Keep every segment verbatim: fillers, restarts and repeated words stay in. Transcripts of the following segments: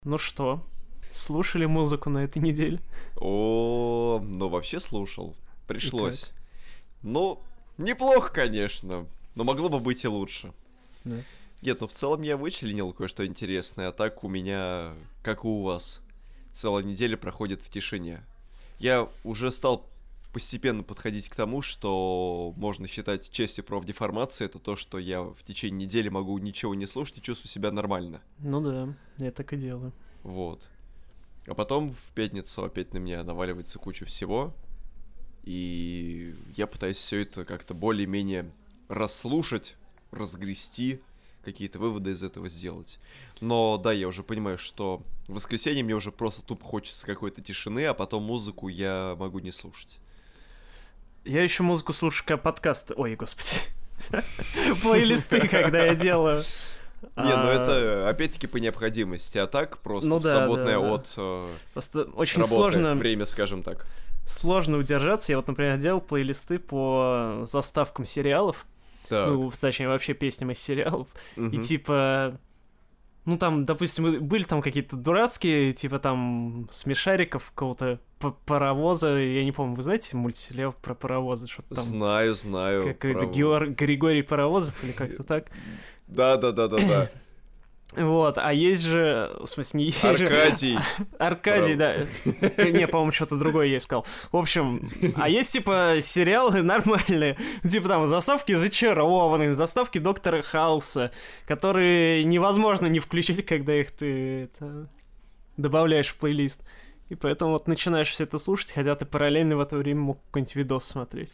Ну что, слушали музыку на этой неделе? О, ну вообще слушал. Пришлось. Ну, неплохо, конечно, но могло бы быть и лучше. Да. Нет, ну в целом я вычленил кое-что интересное, а так у меня, как и у вас, целая неделя проходит в тишине. Я уже стал постепенно подходить к тому, что можно считать частью профдеформации, это то, что я в течение недели могу ничего не слушать и чувствую себя нормально. Ну да, я так и делаю. Вот. А потом в пятницу опять на меня наваливается куча всего, и я пытаюсь все это как-то более-менее расслушать, разгрести, какие-то выводы из этого сделать. Но да, я уже понимаю, что в воскресенье мне уже просто тупо хочется какой-то тишины, а потом музыку я могу не слушать. Я еще музыку слушаю как подкасты. Ой, господи. Плейлисты, когда я делаю. Не, ну это опять-таки по необходимости, а так просто Ну в да, свободное да, да. от э, Просто очень работы сложно... время, скажем так. Сложно удержаться. Я вот, например, делал плейлисты по заставкам сериалов. Так. Ну, точнее, вообще песням из сериалов. Мгм. И типа... Ну, там, допустим, были там какие-то дурацкие, типа там смешариков, какого-то п- паровоза. Я не помню, вы знаете мультсериал про паровозы? Что-то там... Знаю, знаю. Какой-то про- Геор... Григорий Паровозов или как-то так. Да-да-да-да-да. Вот, а есть же... В смысле, не есть же... Аркадий. Аркадий, да. Не, по-моему, что-то другое я искал. В общем, а есть, типа, сериалы нормальные, типа там заставки зачарованные, заставки Доктора Хауса, которые невозможно не включить, когда их ты это, добавляешь в плейлист. И поэтому вот начинаешь все это слушать, хотя ты параллельно в это время мог какой-нибудь видос смотреть.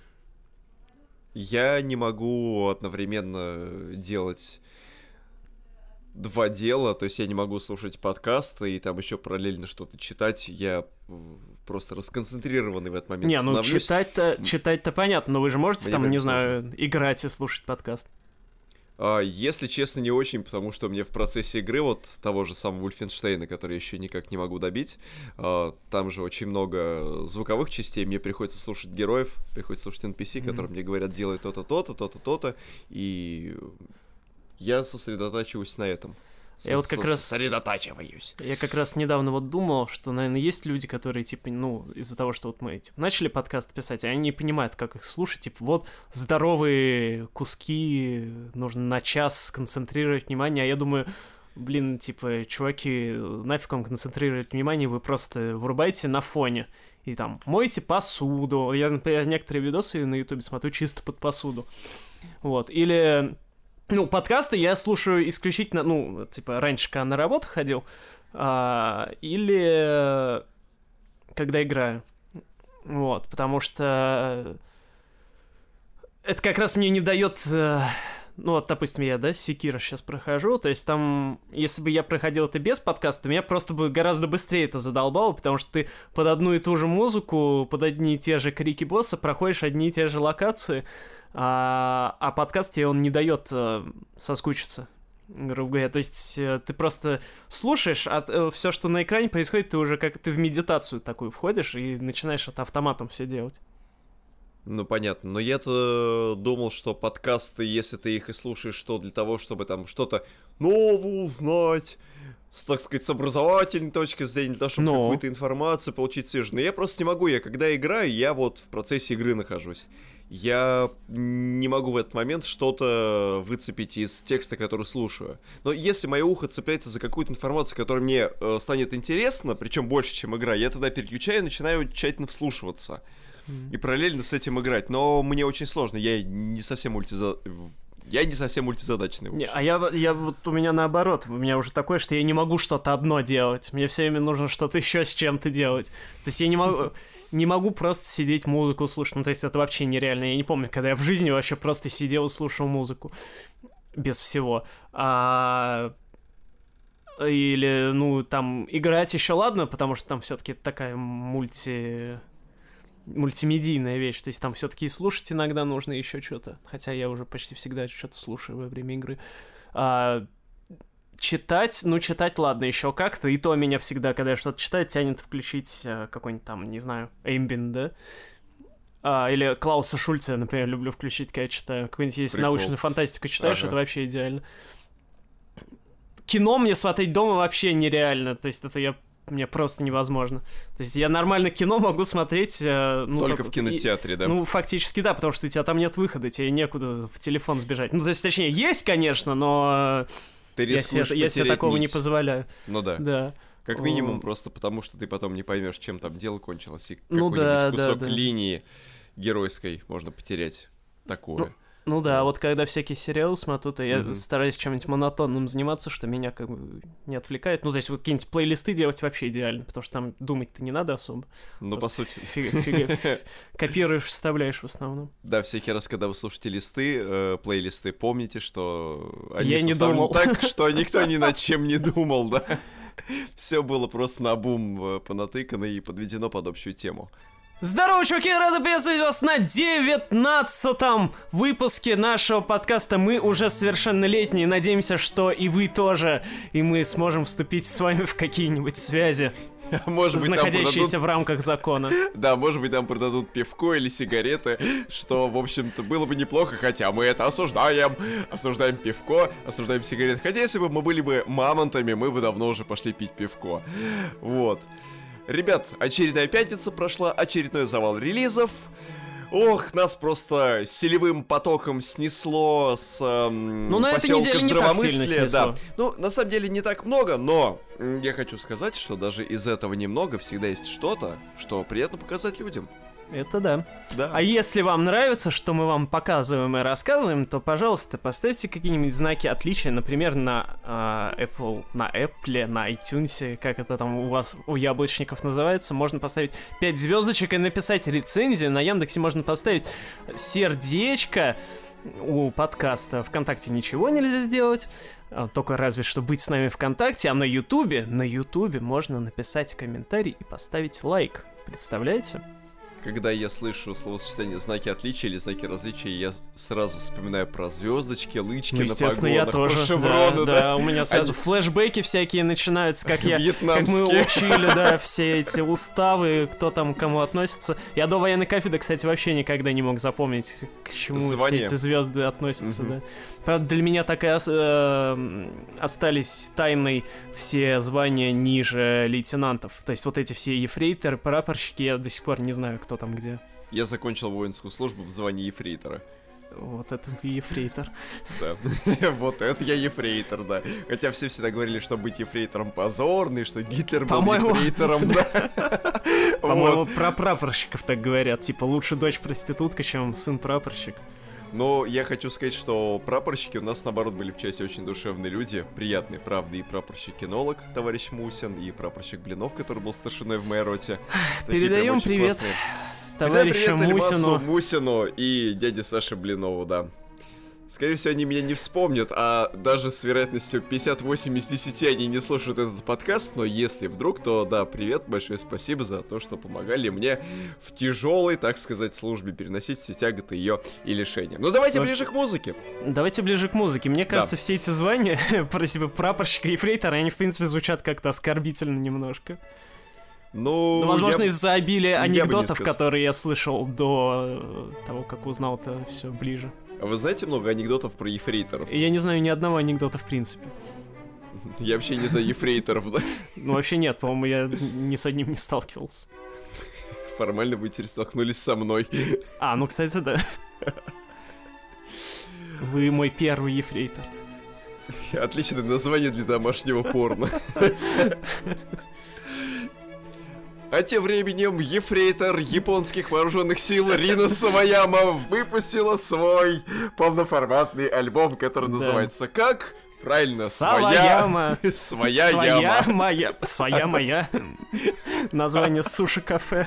Я не могу одновременно делать два дела, то есть я не могу слушать подкасты и там еще параллельно что-то читать, я м, просто расконцентрированный в этот момент Не, ну становлюсь. читать-то, читать-то понятно, но вы же можете Мне там, прям не знаю, играть и слушать подкаст. А, если честно, не очень, потому что мне в процессе игры вот того же самого Вульфенштейна, который я еще никак не могу добить, а, там же очень много звуковых частей, мне приходится слушать героев, приходится слушать эн пи си, Мгм. которые мне говорят, делай то-то, то-то, то-то, то-то, и я сосредотачиваюсь на этом. Я вот как раз- Сосредотачиваюсь. Я как раз недавно вот думал, что, наверное, есть люди, которые, типа, ну, из-за того, что вот мы типа, начали подкаст писать, и они не понимают, как их слушать, типа, вот здоровые куски, нужно на час сконцентрировать внимание, а я думаю, блин, типа, чуваки, нафиг вам концентрировать внимание, вы просто врубаете на фоне, и там, моете посуду, я, например, некоторые видосы на ютубе смотрю чисто под посуду, вот, или... Ну, подкасты я слушаю исключительно, ну, типа, раньше, когда на работу ходил, а, или когда играю. Вот, потому что это как раз мне не дает... э, Ну, вот, допустим, я, да, Секиро сейчас прохожу, то есть там, если бы я проходил это без подкаста, меня просто бы гораздо быстрее это задолбало, потому что ты под одну и ту же музыку, под одни и те же крики босса проходишь одни и те же локации, а, а подкаст тебе он не дает э, соскучиться, грубо говоря. То есть э, ты просто слушаешь, а э, все, что на экране происходит, ты уже как ты в медитацию такую входишь и начинаешь это автоматом все делать. Ну, понятно. Но я-то думал, что подкасты, если ты их и слушаешь, что для того, чтобы там что-то новое узнать, с, так сказать, с образовательной точки зрения, для того, чтобы Но. какую-то информацию получить свежую. Но я просто не могу. Я когда играю, я вот в процессе игры нахожусь. Я не могу в этот момент что-то выцепить из текста, который слушаю. Но если мое ухо цепляется за какую-то информацию, которая мне э, станет интересна, причем больше, чем игра, я тогда переключаю и начинаю тщательно вслушиваться. И параллельно с этим играть. Но мне очень сложно. Я не совсем мультиза... Я не совсем мультизадачный. в Не, общем. а я, я вот у меня наоборот, у меня уже такое, что я не могу что-то одно делать. Мне все время нужно что-то еще с чем-то делать. То есть я не могу, не могу просто сидеть музыку слушать. Ну, то есть это вообще нереально. Я не помню, когда я в жизни вообще просто сидел и слушал музыку. Без всего. А... Или, ну, там, играть еще ладно, потому что там все-таки такая мульти... мультимедийная вещь, то есть там все-таки и слушать иногда нужно еще что-то, хотя я уже почти всегда что-то слушаю во время игры. А, читать, ну читать ладно еще как-то, и то меня всегда, когда я что-то читаю, тянет включить а, какой-нибудь там, не знаю, Ambient, да? А, или Клауса Шульца, я, например, люблю включить, когда я читаю. Какую-нибудь, если Прикол. научную фантастику читаешь, Ага. это вообще идеально. кино мне смотреть дома вообще нереально, то есть это я... Мне просто невозможно. То есть я нормально кино могу смотреть... Э, ну, Только так, в кинотеатре, и, да? Ну, фактически да, потому что у тебя там нет выхода, тебе некуда в телефон сбежать. Ну, то есть, точнее, есть, конечно, но... Ты я себе, я себе такого нить. не позволяю. Ну да. Да. Как минимум, просто потому что ты потом не поймешь, чем там дело кончилось, и ну, какой-нибудь да, кусок да, да. линии геройской можно потерять. Такое. Ну, ну да, вот когда всякие сериалы смотрю, то я mm-hmm. стараюсь чем-нибудь монотонным заниматься, что меня как бы не отвлекает. Ну, то есть вот какие-нибудь плейлисты делать вообще идеально, потому что там думать-то не надо особо. Ну, по сути... Копируешь, вставляешь в основном. Да, всякий раз, когда вы слушаете листы, э, плейлисты, помните, что они я не думал. так, что никто ни над чем не думал, да? Все было просто наобум понатыкано и подведено под общую тему. Здорово, чуваки, рады приветствовать вас на девятнадцатом выпуске нашего подкаста. Мы уже совершеннолетние, надеемся, что и вы тоже, и мы сможем вступить с вами в какие-нибудь связи, может быть, находящиеся продадут... в рамках закона. Да, может быть, там продадут пивко или сигареты, что, в общем-то, было бы неплохо, хотя мы это осуждаем. Осуждаем пивко, осуждаем сигареты. Хотя, если бы мы были бы мамонтами, мы бы давно уже пошли пить пивко. Вот. Ребят, очередная пятница прошла, очередной завал релизов. Ох, нас просто селевым потоком снесло с эм, ну, на этой неделе не так сильно снесло. Да. Ну, на самом деле не так много, но я хочу сказать, что даже из этого немного всегда есть что-то, что приятно показать людям. Это да. да. А если вам нравится, что мы вам показываем и рассказываем, то, пожалуйста, поставьте какие-нибудь знаки отличия, например, на э, Apple, на Apple, на iTunes, как это там у вас, у яблочников называется. Можно поставить пять звездочек и написать рецензию. На Яндексе можно поставить сердечко. У подкаста ВКонтакте ничего нельзя сделать, только разве что быть с нами ВКонтакте, а на Ютубе, на Ютубе можно написать комментарий и поставить лайк. Представляете? Когда я слышу словосочетание «знаки отличия» или «знаки различия», я сразу вспоминаю про звездочки, лычки ну, на погонах, я тоже. про шевроны. Да, да. да, у меня сразу Они... флешбеки всякие начинаются, как, я, как мы учили, да, все эти уставы, кто там к кому относится. Я до военной кафедры, кстати, вообще никогда не мог запомнить, к чему Звание. все эти звезды относятся. Mm-hmm. Да. Правда, для меня так и э, остались тайной все звания ниже лейтенантов. То есть вот эти все ефрейторы, прапорщики, я до сих пор не знаю, кто там где. Я закончил воинскую службу в звании ефрейтора. Вот это вы ефрейтор. Да, вот это я ефрейтор, да. Хотя все всегда говорили, что быть ефрейтором позорный, что Гитлер был ефрейтором, да. По-моему, про прапорщиков так говорят. Типа, лучше дочь проститутка, чем сын прапорщик. Но я хочу сказать, что прапорщики у нас, наоборот, были в части очень душевные люди, приятные, правда, и прапорщик-кинолог, товарищ Мусин, и прапорщик Блинов, который был старшиной в моей роте. Передаем привет классные. товарищу привет Мусину. Мусину и дяде Саше Блинову, да. Скорее всего, они меня не вспомнят, а даже с вероятностью пятьдесят восемь из десяти они не слушают этот подкаст, но если вдруг, то да, привет, большое спасибо за то, что помогали мне в тяжелой, так сказать, службе переносить все тяготы ее и лишения. Ну давайте вот. ближе к музыке. Давайте ближе к музыке. Мне кажется, да. все эти звания, про себя прапорщика и фрейтора, они, в принципе, звучат как-то оскорбительно немножко. Ну, ну, возможно, я... из-за обилия анекдотов, которые я слышал до того, как узнал это все ближе. А вы знаете много анекдотов про ефрейторов? Я не знаю ни одного анекдота в принципе. Я вообще не знаю ефрейторов, да? Ну, вообще нет, по-моему, я ни с одним не сталкивался. Формально вы теперь столкнулись со мной. А, ну, кстати, да. Вы мой первый ефрейтор. Отличное название для домашнего порно. А тем временем ефрейтор японских вооруженных сил Рина Саваяма выпустила свой полноформатный альбом, который да. называется как? Правильно, Саваяма. Своя, своя своя яма. Моя. Своя моя. Название суши-кафе.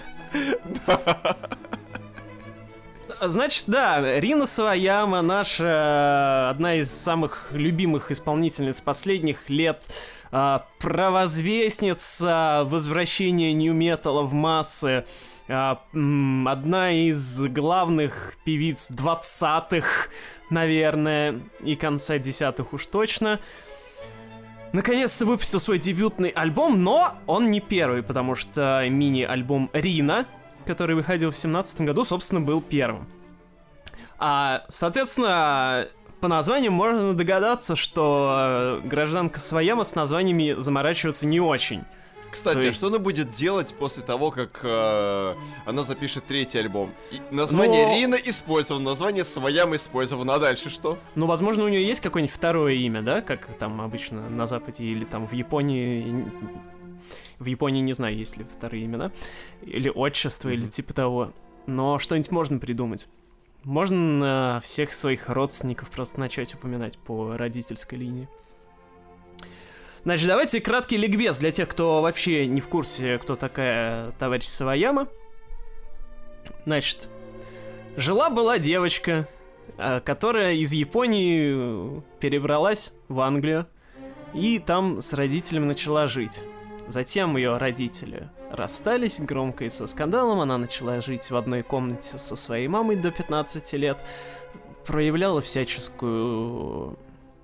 Значит, да, Рина Саваяма, наша одна из самых любимых исполнительниц последних лет, провозвестница возвращения нью-металла в массы, одна из главных певиц двадцатых, наверное, и конца десятых уж точно. Наконец-то выпустил свой дебютный альбом, но он не первый, потому что мини-альбом Рина, который выходил в семнадцатом году, собственно, был первым. А, соответственно, по названию можно догадаться, что гражданка Саваяма с названиями заморачиваться не очень. Кстати, есть... а что она будет делать после того, как э, она запишет третий альбом? И название Но... Рина использовано, название Саваяма использовано, а дальше что? Ну, возможно, у нее есть какое-нибудь второе имя, да, как там обычно на Западе или там в Японии... В Японии не знаю, есть ли вторые имена, или отчество, mm-hmm. или типа того. Но что-нибудь можно придумать. Можно всех своих родственников просто начать упоминать по родительской линии. Значит, давайте краткий ликбез для тех, кто вообще не в курсе, кто такая товарищ Саваяма. Значит, жила-была девочка, которая из Японии перебралась в Англию и там с родителями начала жить. Затем ее родители расстались громко и со скандалом. Она начала жить в одной комнате со своей мамой до пятнадцати лет. Проявляла всяческую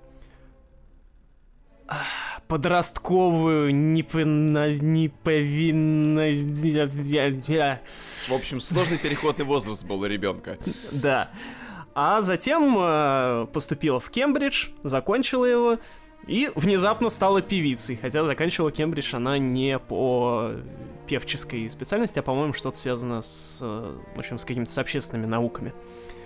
подростковую неповинность. В общем, сложный переходный возраст был у ребенка. Да. А затем э, поступила в Кембридж, закончила его и внезапно стала певицей. Хотя заканчивала Кембридж она не по певческой специальности, а, по-моему, что-то связано с, в общем, с какими-то с общественными науками.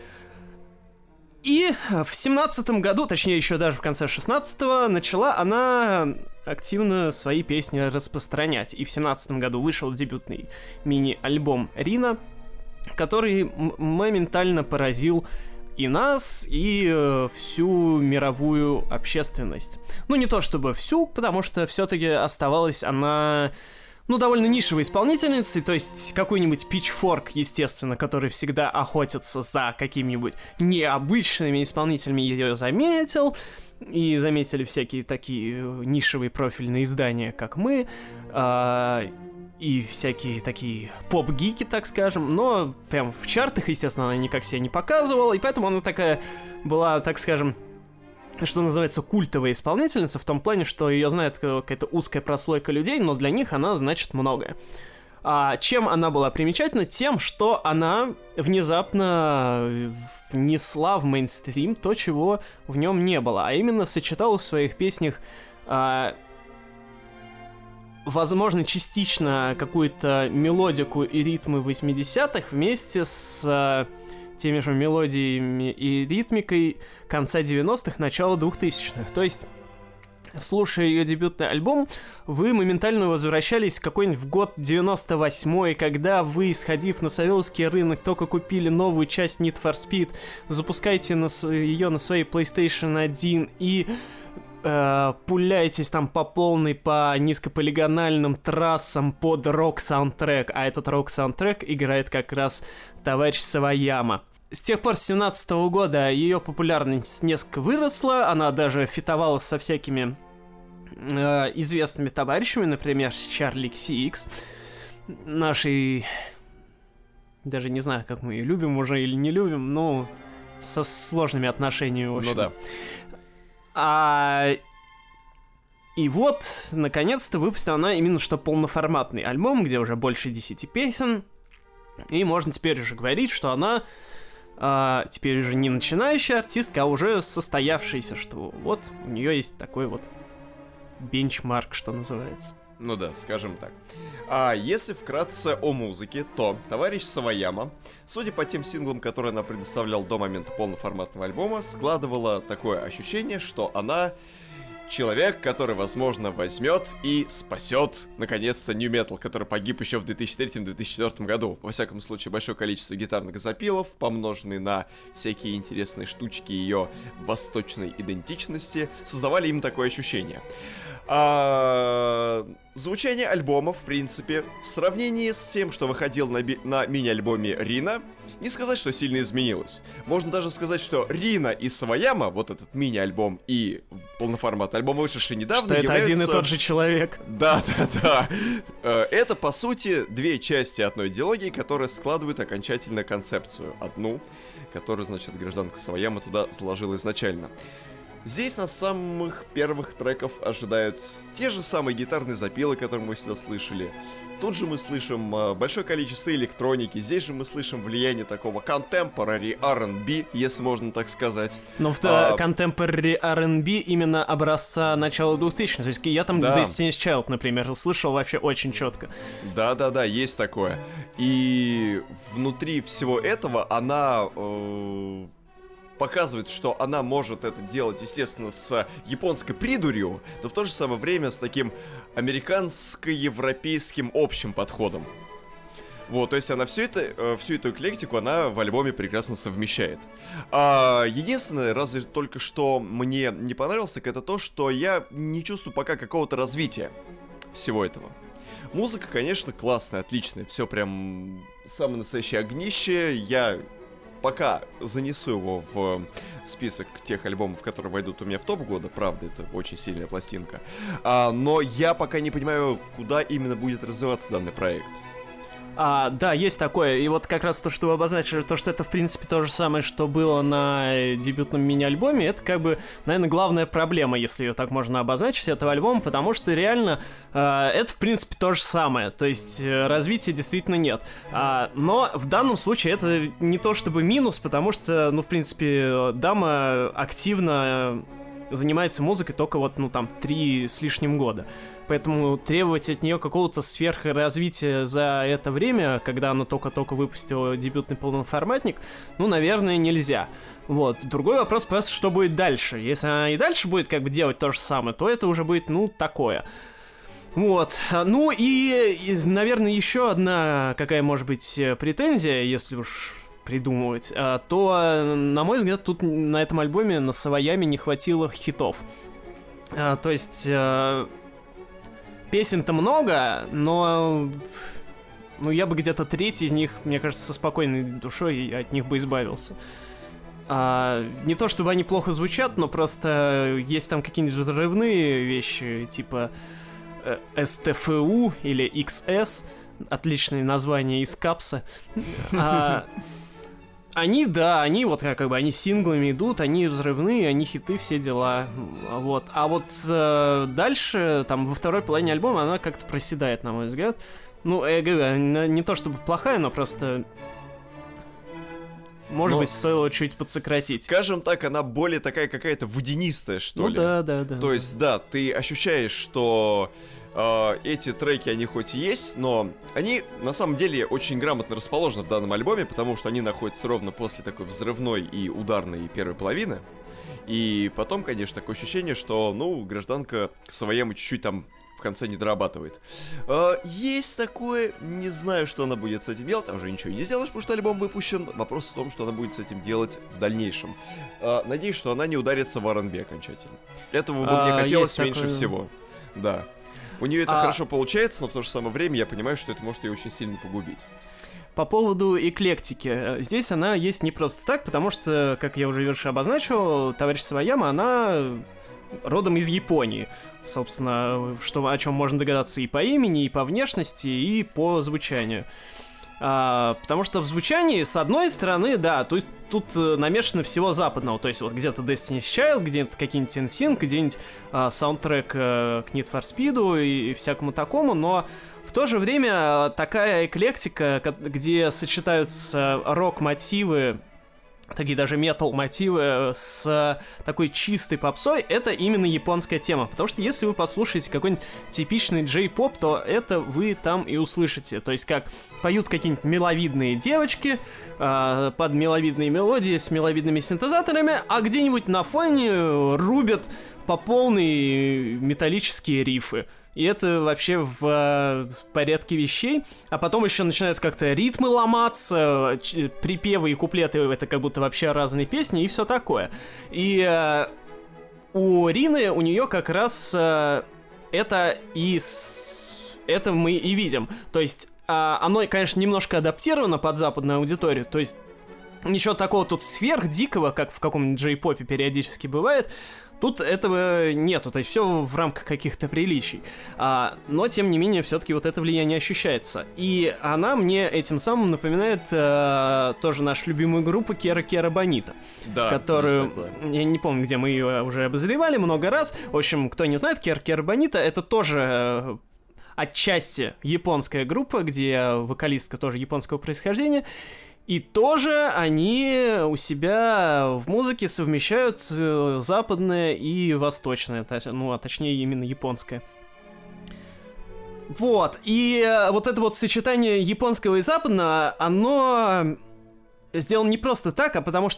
И в семнадцатом году, точнее, еще даже в конце шестнадцатого, начала она активно свои песни распространять. И в семнадцатом году вышел дебютный мини-альбом «Рина», который м- моментально поразил и нас, и э, всю мировую общественность. Ну, не то чтобы всю, потому что все-таки оставалась она... Ну, довольно нишевой исполнительницей, то есть какой-нибудь Pitchfork, естественно, который всегда охотится за какими-нибудь необычными исполнителями, ее заметил, и заметили всякие такие нишевые профильные издания, как мы, э- и всякие такие поп-гики, так скажем, но прям в чартах, естественно, она никак себя не показывала, и поэтому она такая была, так скажем, что называется, культовая исполнительница, в том плане, что ее знает какая-то узкая прослойка людей, но для них она значит многое. А чем она была примечательна? Тем, что она внезапно внесла в мейнстрим то, чего в нем не было, а именно сочетала в своих песнях, а, возможно, частично какую-то мелодику и ритмы восьмидесятых вместе с... теми же мелодиями и ритмикой конца девяностых, начала двухтысячных. То есть, слушая ее дебютный альбом, вы моментально возвращались в какой-нибудь в год девяносто восьмой, когда вы, сходив на советский рынок, только купили новую часть Need for Speed, запускаете на св- ее на своей PlayStation один и... Uh, пуляетесь там по полной, по низкополигональным трассам под рок-саундтрек, а этот рок-саундтрек играет как раз товарищ Саваяма. С тех пор, с семнадцатого года, ее популярность несколько выросла, она даже фитовала со всякими uh, известными товарищами, например, с Чарли Икс Си Икс, нашей... Даже не знаю, как мы ее любим уже или не любим, но со сложными отношениями, в общем. Ну да. А... И вот, наконец-то, выпустила она именно что полноформатный альбом, где уже больше десяти песен. И можно теперь уже говорить, что она а, теперь уже не начинающая артистка, а уже состоявшаяся, что вот у нее есть такой вот бенчмарк, что называется. Ну да, скажем так. А если вкратце о музыке, то товарищ Саваяма, судя по тем синглам, которые она предоставляла до момента полноформатного альбома, складывала такое ощущение, что она человек, который, возможно, возьмет и спасет, наконец-то, New Metal, который погиб еще в две тысячи третьем - две тысячи четвёртом году. Во всяком случае, большое количество гитарных запилов, помноженные на всякие интересные штучки ее восточной идентичности, создавали им такое ощущение. А, звучание альбома, в принципе, в сравнении с тем, что выходил на, би- на мини-альбоме Рина, не сказать, что сильно изменилось. Можно даже сказать, что Рина и Саваяма, вот этот мини-альбом и полноформатный альбом, вышедший недавно, что это являются... один и тот же человек. Да, да, да. Это, по сути, две части одной идеологии, которые складывают окончательно концепцию. Одну, которую, значит, гражданка Саваяма туда заложила изначально. Здесь на самых первых треков ожидают те же самые гитарные запилы, которые мы всегда слышали. Тут же мы слышим э, большое количество электроники, здесь же мы слышим влияние такого contemporary ар энд би, если можно так сказать. Но в а... contemporary ар энд би именно образца начала двухтысячных, то есть я там да. Destiny's Child, например, услышал вообще очень четко. Да-да-да, есть такое. И внутри всего этого она... Э... показывает, что она может это делать, естественно, с японской придурью, но в то же самое время с таким американско-европейским общим подходом. Вот, то есть она всю, это, всю эту эклектику она в альбоме прекрасно совмещает. А единственное, разве только что мне не понравилось, так это то, что я не чувствую пока какого-то развития всего этого. Музыка, конечно, классная, отличная, все прям самое настоящее огнище. Я пока занесу его в список тех альбомов, которые войдут у меня в топ года, правда, это очень сильная пластинка. А, но я пока не понимаю, куда именно будет развиваться данный проект. А, да, есть такое. И вот как раз то, что вы обозначили, то, что это, в принципе, то же самое, что было на дебютном мини-альбоме, это, как бы, наверное, главная проблема, если ее так можно обозначить, этого альбома, потому что реально э, это, в принципе, то же самое. То есть э, развития действительно нет. А, но в данном случае это не то чтобы минус, потому что, ну, в принципе, дама активно занимается музыкой только вот, ну, там, три с лишним года. Поэтому требовать от нее какого-то сверхразвития за это время, когда она только-только выпустила дебютный полноформатник, ну, наверное, нельзя. Вот. Другой вопрос просто, что будет дальше. Если она и дальше будет как бы делать то же самое, то это уже будет, ну, такое. Вот. Ну и, и наверное, еще одна какая может быть претензия, если уж придумывать, то, на мой взгляд, тут на этом альбоме на Саваяме не хватило хитов. То есть... Песен-то много, но ну, я бы где-то треть из них, мне кажется, со спокойной душой от них бы избавился. А, не то чтобы они плохо звучат, но просто есть там какие-нибудь взрывные вещи, типа э, эс тэ эф у или икс эс, отличные названия из капса. А, они, да, они вот как бы, они синглами идут, они взрывные, они хиты, все дела, вот. А вот э, дальше, там, во второй половине альбома она как-то проседает, на мой взгляд. Ну, я говорю, не то чтобы плохая, но просто... Может но, быть, стоило чуть подсократить. Скажем так, она более такая какая-то водянистая, что ну, ли. Ну да, да, да. То да. есть, да, ты ощущаешь, что... эти треки, они хоть и есть, но они на самом деле очень грамотно расположены в данном альбоме, потому что они находятся ровно после такой взрывной и ударной первой половины. И потом, конечно, такое ощущение, что, ну, гражданка Саваяма чуть-чуть там в конце не дорабатывает. Есть такое, не знаю, что она будет с этим делать, а уже ничего не сделаешь, потому что альбом выпущен. Вопрос в том, что она будет с этим делать в дальнейшем. Надеюсь, что она не ударится в ар энд би окончательно. Этого бы мне хотелось меньше такое... всего. Да. У нее это а... хорошо получается, но в то же самое время я понимаю, что это может ее очень сильно погубить. По поводу эклектики. Здесь она есть не просто так, потому что, как я уже выше обозначил, товарищ Саваяма, она родом из Японии. Собственно, что, о чем можно догадаться и по имени, и по внешности, и по звучанию. А, потому что в звучании, с одной стороны, да, тут, тут намешано всего западного. То есть вот где-то Destiny's Child, где-то какие-нибудь эн синк, где-нибудь а, саундтрек а, к Need for Speed и, и всякому такому, но в то же время такая эклектика, где сочетаются рок-мотивы, такие даже метал-мотивы с такой чистой попсой, это именно японская тема. Потому что если вы послушаете какой-нибудь типичный джей-поп, то это вы там и услышите. То есть как поют какие-нибудь миловидные девочки э, под миловидные мелодии с миловидными синтезаторами, а где-нибудь на фоне рубят по полной металлические рифы. И это вообще в, в порядке вещей. А потом еще начинаются как-то ритмы ломаться, ч- припевы и куплеты — это как будто вообще разные песни и все такое. И э, у Рины, у нее как раз э, это и с... это мы и видим. То есть э, оно, конечно, немножко адаптировано под западную аудиторию. То есть ничего такого тут сверхдикого, как в каком-нибудь джей-попе периодически бывает. Тут этого нету, то есть все в рамках каких-то приличий. А, но, тем не менее, все-таки вот это влияние ощущается. И она мне этим самым напоминает а, тоже нашу любимую группу Кера Кера Бонита. Да, которую, я не помню, где мы ее уже обозревали много раз. В общем, кто не знает, Кера Кера Бонита — это тоже отчасти японская группа, где вокалистка тоже японского происхождения. И тоже они у себя в музыке совмещают западное и восточное, ну, а точнее именно японское. Вот, и вот это вот сочетание японского и западного, оно сделано не просто так, а потому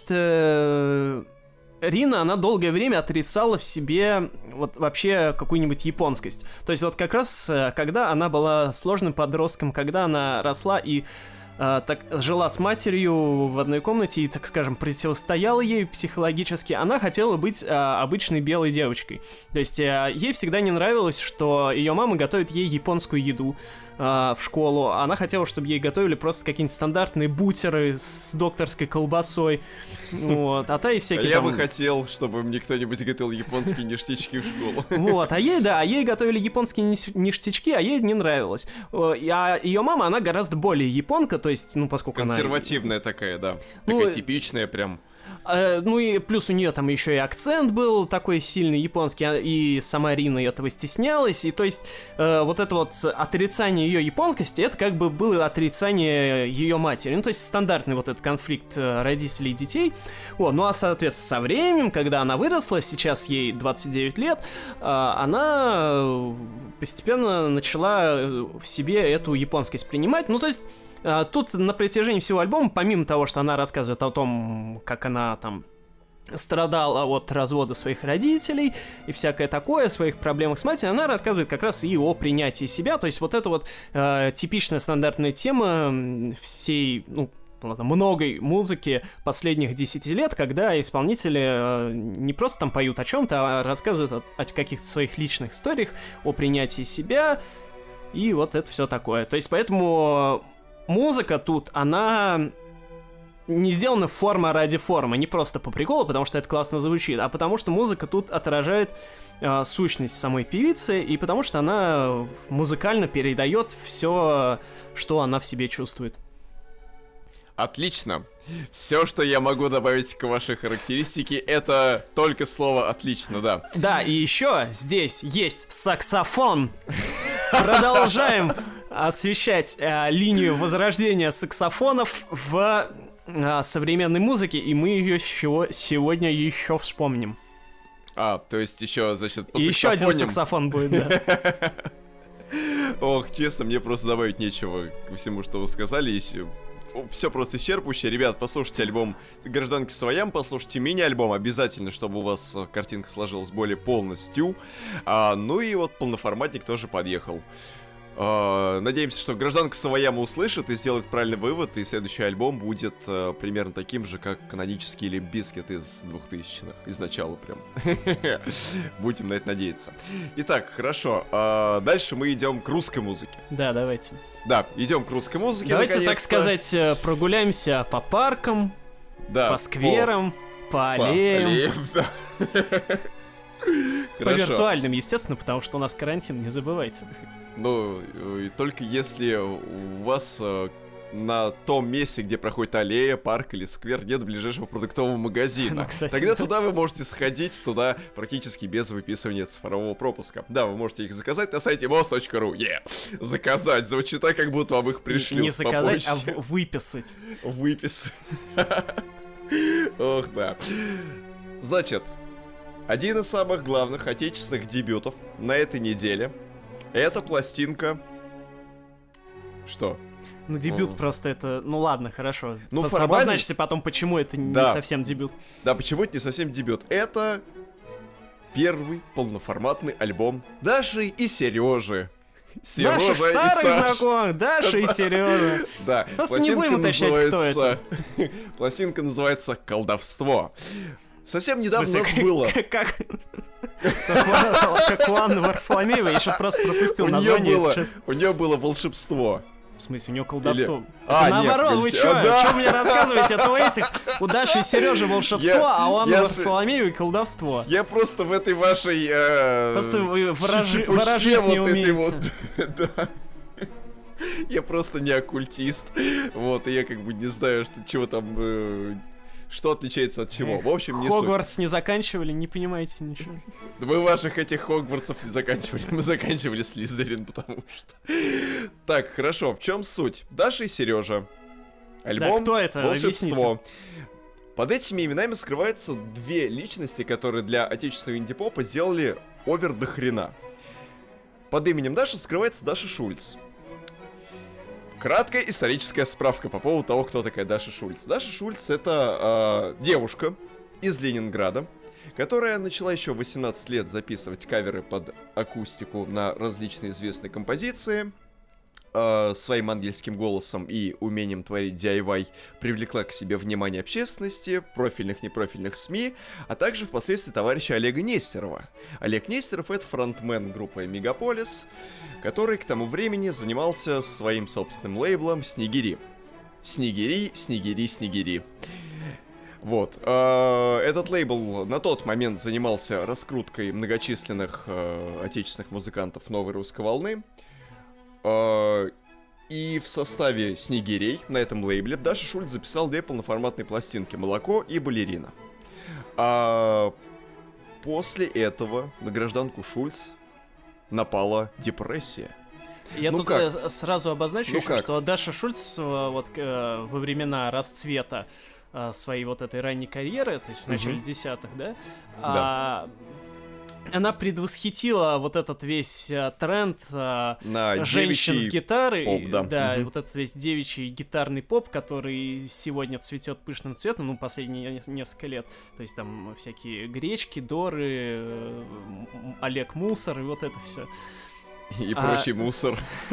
что Рина, она долгое время отрицала в себе вот вообще какую-нибудь японскость. То есть вот как раз, когда она была сложным подростком, когда она росла и Uh, так жила с матерью в одной комнате и, так скажем, противостояла ей психологически, она хотела быть uh, обычной белой девочкой. То есть uh, ей всегда не нравилось, что ее мама готовит ей японскую еду uh, в школу. Она хотела, чтобы ей готовили просто какие-нибудь стандартные бутеры с докторской колбасой. Вот, а та и всякие Я там... бы хотел, чтобы мне кто-нибудь готовил японские ништячки в школу. Вот, а ей, да, а ей готовили японские ништячки, а ей не нравилось. А ее мама, она гораздо более японка, то есть, ну, поскольку она... Консервативная такая, да. Ну, такая типичная прям. Э, ну и плюс у нее там еще и акцент был такой сильный японский, и сама Рина этого стеснялась, и то есть э, вот это вот отрицание ее японскости, это как бы было отрицание ее матери, ну то есть стандартный вот этот конфликт родителей и детей. О, ну а соответственно со временем, когда она выросла, сейчас ей двадцать девять лет, э, она постепенно начала в себе эту японскость принимать, ну то есть Uh, тут на протяжении всего альбома, помимо того, что она рассказывает о том, как она там страдала от развода своих родителей и всякое такое, о своих проблемах с матерью, она рассказывает как раз и о принятии себя, то есть вот это вот uh, типичная стандартная тема всей, ну, многой музыки последних десяти лет, когда исполнители э, не просто там поют о чем-то, а рассказывают о, о каких-то своих личных историях, о принятии себя, и вот это все такое. То есть поэтому музыка тут, она не сделана форма ради формы, не просто по приколу, потому что это классно звучит, а потому что музыка тут отражает э, сущность самой певицы, и потому что она музыкально передает все, что она в себе чувствует. Отлично. Все, что я могу добавить к вашей характеристике, это только слово «отлично», да. Да, и еще здесь есть саксофон. Продолжаем освещать э, линию возрождения саксофонов в э, современной музыке, и мы ее еще, сегодня еще вспомним. А, то есть еще, значит, по и еще один саксофон будет, да. Ох, честно, мне просто добавить нечего ко всему, что вы сказали. Еще все просто исчерпывающе. Ребят, послушайте альбом «Гражданки Своям», послушайте мини-альбом обязательно, чтобы у вас картинка сложилась более полностью. А, ну и вот полноформатник тоже подъехал. Uh, надеемся, что гражданка Саваяма услышит и сделает правильный вывод, и следующий альбом будет uh, примерно таким же, как канонический Лимп Бизкит из двухтысячных, из начала прям. Будем на это надеяться. Итак, хорошо, uh, дальше мы идем к русской музыке. Да, давайте. Да, идем к русской музыке. Давайте, так сказать, прогуляемся по паркам, да, по скверам, по, по аллеям. По, аллеям, да. По виртуальным, естественно, потому что у нас карантин, не забывайте. Ну, и только если у вас э, на том месте, где проходит аллея, парк или сквер, нет ближайшего продуктового магазина. Ну, кстати, тогда да. Туда вы можете сходить, туда практически без выписывания цифрового пропуска. Да, вы можете их заказать на сайте мост точка ру. Yeah. Заказать, звучит так, как будто вам их пришлют. Не заказать, а выписать. Выписать. Ох, да. Значит, один из самых главных отечественных дебютов на этой неделе — это пластинка... Что? Ну, дебют ну... просто это... Ну, ладно, хорошо. Ну, просто формально... обозначьте потом, почему это да. не совсем дебют. Да, почему это не совсем дебют. Это первый полноформатный альбом Даши и Сережи. Сережа Наших старых знакомых, Даша и Сережа. Да. Просто не будем уточнять, кто это. Пластинка называется «Колдовство». Совсем недавно у нас было... Как... Как у Анны Варфоломеевой, я еще просто пропустил название. У нее было волшебство. В смысле, у него колдовство. Или... Это а, наоборот, нет, вы а, чё? да. Чё мне рассказываете? Это у этих, у Даши и Сережи волшебство, Я, а у Анны я, Варфоломеева колдовство. Я просто в этой вашей... Э, просто вы выражи, чепухе выражить вот не умеете. Вот, да. Я просто не оккультист. Вот, и я как бы не знаю, что, чего там... Э, что отличается от чего. В общем, не Хогвартс суть. не заканчивали, не понимаете ничего. Мы ваших этих Хогвартсов не заканчивали. Мы заканчивали Слизерин, потому что... Так, хорошо, в чем суть? Даша и Сережа. Альбом да, кто это? «Волшебство». Объясните. Под этими именами скрываются две личности, которые для отечественного инди-попа сделали овер до хрена. Под именем Даши скрывается Даша Шульц. Краткая историческая справка по поводу того, кто такая Даша Шульц. Даша Шульц — это э, девушка из Ленинграда, которая начала еще в восемнадцать лет записывать каверы под акустику на различные известные композиции. Э, своим ангельским голосом и умением творить ди ай вай привлекла к себе внимание общественности, профильных, непрофильных СМИ, а также впоследствии товарища Олега Нестерова. Олег Нестеров — это фронтмен группы Мегаполис, который к тому времени занимался своим собственным лейблом «Снегири». «Снегири, Снегири, Снегири». Вот. Этот лейбл на тот момент занимался раскруткой многочисленных отечественных музыкантов новой русской волны. И в составе «Снегирей» на этом лейбле Даша Шульц записал две полноформатные пластинки «Молоко» и «Балерина». А после этого на гражданку Шульц напала депрессия. Я ну тут как? сразу обозначу ну еще, как? что Даша Шульц вот во времена расцвета своей вот этой ранней карьеры, то есть в начале угу. десятых, да, да. А, она предвосхитила вот этот весь а, тренд а, на женщин с гитарой, поп, да, да угу. вот этот весь девичий гитарный поп, который сегодня цветет пышным цветом, ну, последние несколько лет. То есть там всякие Гречки, Доры, Олег Мусор и вот это все. И а... прочий мусор.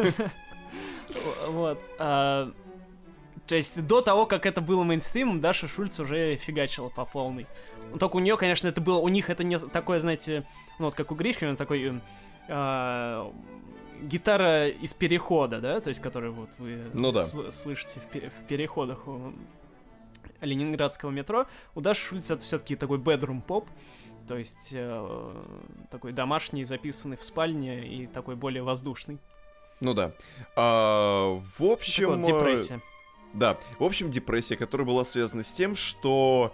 Вот. То есть до того, как это было мейнстримом, Даша Шульц уже фигачила по полной. Только у нее, конечно, это было... У них это не такое, знаете... Ну, вот как у Гречки, он такой... Э, гитара из перехода, да? То есть, которую вот вы ну, да. с- слышите в, пер- в переходах у ленинградского метро. У Даши Шульц это все-таки такой bedroom-поп. То есть, э, такой домашний, записанный в спальне и такой более воздушный. Ну да. А, в общем... Так вот, депрессия. Да, в общем, депрессия, которая была связана с тем, что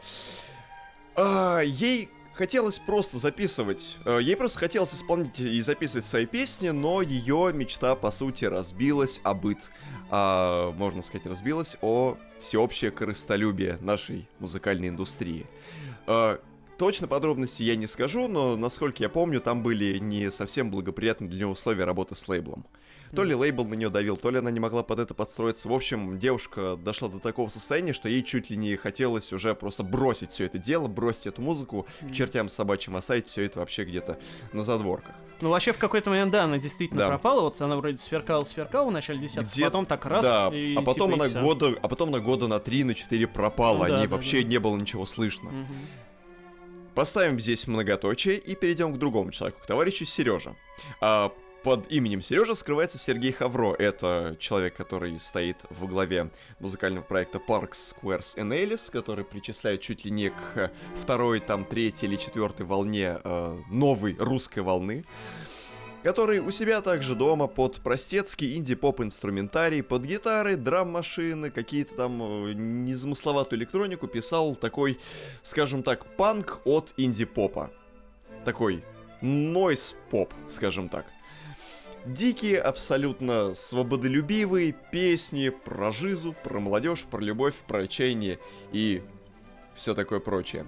а, ей хотелось просто записывать, а, ей просто хотелось исполнить и записывать свои песни, но ее мечта, по сути, разбилась о быт. А, можно сказать, разбилась о всеобщее корыстолюбие нашей музыкальной индустрии. А, точно подробности я не скажу, но, насколько я помню, там были не совсем благоприятные для нее условия работы с лейблом. То ли лейбл на нее давил, то ли она не могла под это подстроиться. В общем, девушка дошла до такого состояния, что ей чуть ли не хотелось уже просто бросить все это дело, бросить эту музыку к чертям собачьим, оставить все это вообще где-то на задворках. Ну, вообще, в какой-то момент, да, она действительно да. пропала. Вот она вроде сверкала-сверкала в начале десятых, Где... потом так раз, да. и, а потом типа, она и года, а потом на года на три, на четыре пропала. Ну, да, О ней да, вообще да. не было ничего слышно. Угу. Поставим здесь многоточие и перейдем к другому человеку, к товарищу Сереже. А, под именем Сережа скрывается Сергей Хавро. Это человек, который стоит во главе музыкального проекта Parks, Squares and Alice, который причисляет чуть ли не к второй, там, третьей или четвертой волне э, новой русской волны, который у себя также дома под простецкий инди-поп-инструментарий, под гитары, драм-машины, какие-то там э, незамысловатую электронику писал такой, скажем так, панк от инди-попа. Такой нойз-поп, скажем так. Дикие, абсолютно свободолюбивые песни про жизу, про молодежь, про любовь, про отчаяние и все такое прочее.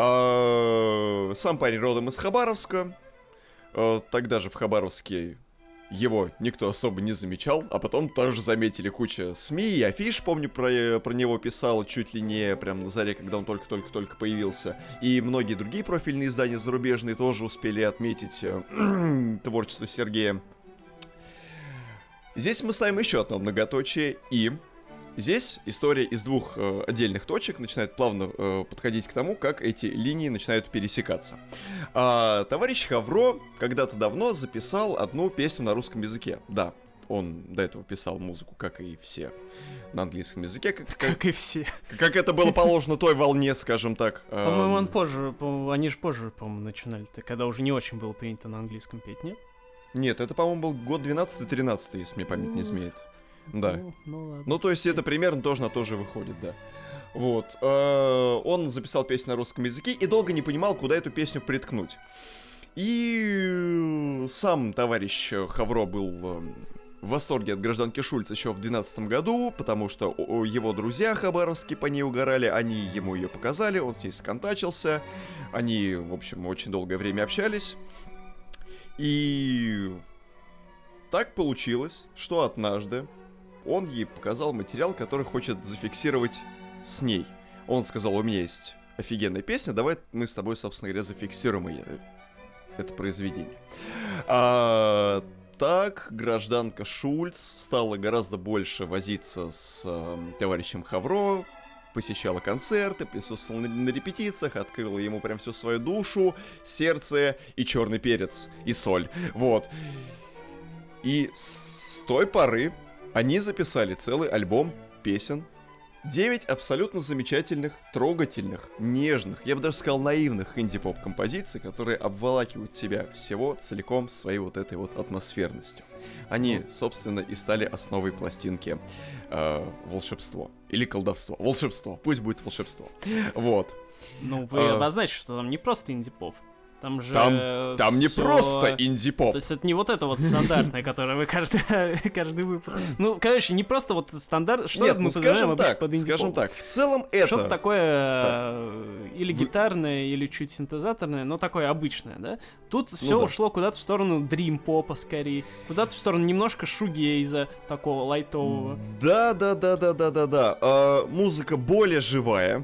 А, сам парень родом из Хабаровска. А, тогда же в Хабаровске его никто особо не замечал, а потом тоже заметили куча СМИ и афиш, помню, про, про него писал чуть ли не прям на заре, когда он только-только-только появился. И многие другие профильные издания зарубежные тоже успели отметить э, творчество Сергея. Здесь мы ставим еще одно многоточие, и здесь история из двух э, отдельных точек начинает плавно э, подходить к тому, как эти линии начинают пересекаться. А, товарищ Хавро когда-то давно записал одну песню на русском языке. Да, Он до этого писал музыку, как и все, на английском языке. Как, как... как и все. Как это было положено той волне, скажем так. По-моему, он позже, по они же позже, по-моему, начинали-то, когда уже не очень было принято на английском петь, нет? Нет, это, по-моему, был год двенадцатый-тринадцатый, если мне память не изменяет. Да. Ну, ну, ладно. Ну, то есть это примерно тоже на то же выходит, да. Вот. Он записал песню на русском языке и долго не понимал, куда эту песню приткнуть. И сам товарищ Хавро был в восторге от гражданки Шульц еще в две тысячи двенадцатом году, потому что его друзья хабаровские по ней угорали, они ему ее показали, он с ней сконтачился, они, в общем, очень долгое время общались. И так получилось, что однажды он ей показал материал, который хочет зафиксировать с ней. Он сказал: у меня есть офигенная песня, давай мы с тобой, собственно говоря, зафиксируем ее, это произведение. А, так гражданка Шульц стала гораздо больше возиться с э, товарищем Хавро, посещала концерты, присутствовала на, на репетициях, открыла ему прям всю свою душу, сердце и черный перец, и соль. Вот. И с той поры они записали целый альбом песен. Девять абсолютно замечательных, трогательных, нежных, я бы даже сказал, наивных инди-поп композиций, которые обволакивают тебя всего целиком своей вот этой вот атмосферностью. Они, собственно, и стали основой пластинки э, «Волшебство». Или «Колдовство». «Волшебство». Пусть будет «Волшебство». Вот. Ну, вы а... обозначите, что там не просто инди-поп. Там же Там, там всё... не просто инди-поп. То есть это не вот это вот стандартное, которое вы каждый, каждый выпуск. Ну, короче, не просто вот стандарт. Что Нет, мы ну, подразумеваем скажем так, под инди-поп? скажем так, в целом это... Что-то такое да. или гитарное, или чуть синтезаторное, но такое обычное, да? Тут ну, все да. ушло куда-то в сторону дрим-попа скорее, куда-то в сторону немножко шугейза, такого лайтового. Да-да-да-да-да-да-да. А, музыка более живая.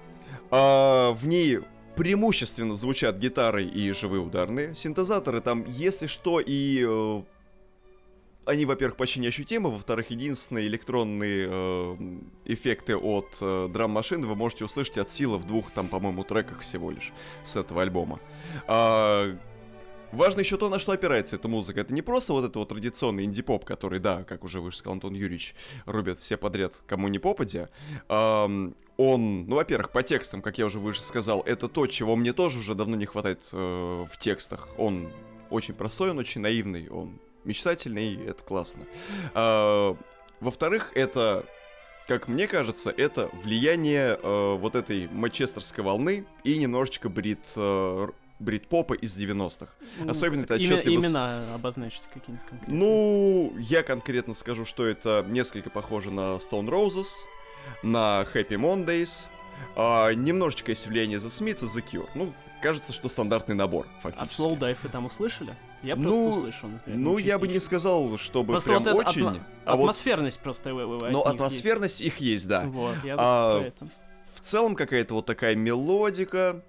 А, в ней... преимущественно звучат гитары и живые ударные. Синтезаторы там, если что, и... Э, они, во-первых, почти неощутимы, во-вторых, единственные электронные э, эффекты от э, драм-машин вы можете услышать от силы в двух, там, по-моему, треках всего лишь с этого альбома. А, важно еще то, на что опирается эта музыка. Это не просто вот это вот традиционный инди-поп, который, да, как уже выше сказал Антон Юрьевич, рубят все подряд, кому не попадя. А, Он, ну, во-первых, по текстам, как я уже выше сказал, это то, чего мне тоже уже давно не хватает э, в текстах. Он очень простой, он очень наивный, он мечтательный, и это классно. А, во-вторых, это, как мне кажется, это влияние э, вот этой манчестерской волны и немножечко брит... Э, брит-попа из девяностых. Ну, Особенно это имя, отчетливо... Имена обозначить какие-нибудь конкретные. Ну, я конкретно скажу, что это несколько похоже на Stone Roses, на Happy Mondays, а, немножечко есть влияние The Smiths и The Cure. Ну, кажется, что стандартный набор, фактически. А Slow Dive вы там услышали? Я просто ну, услышал, например. Ну, я бы не сказал, чтобы просто прям вот очень... Атмо... А атмосферность вот... просто вы, вы, Ну, атмосферность есть. Их есть, да. Вот, я а, поэтому. В целом какая-то вот такая мелодика...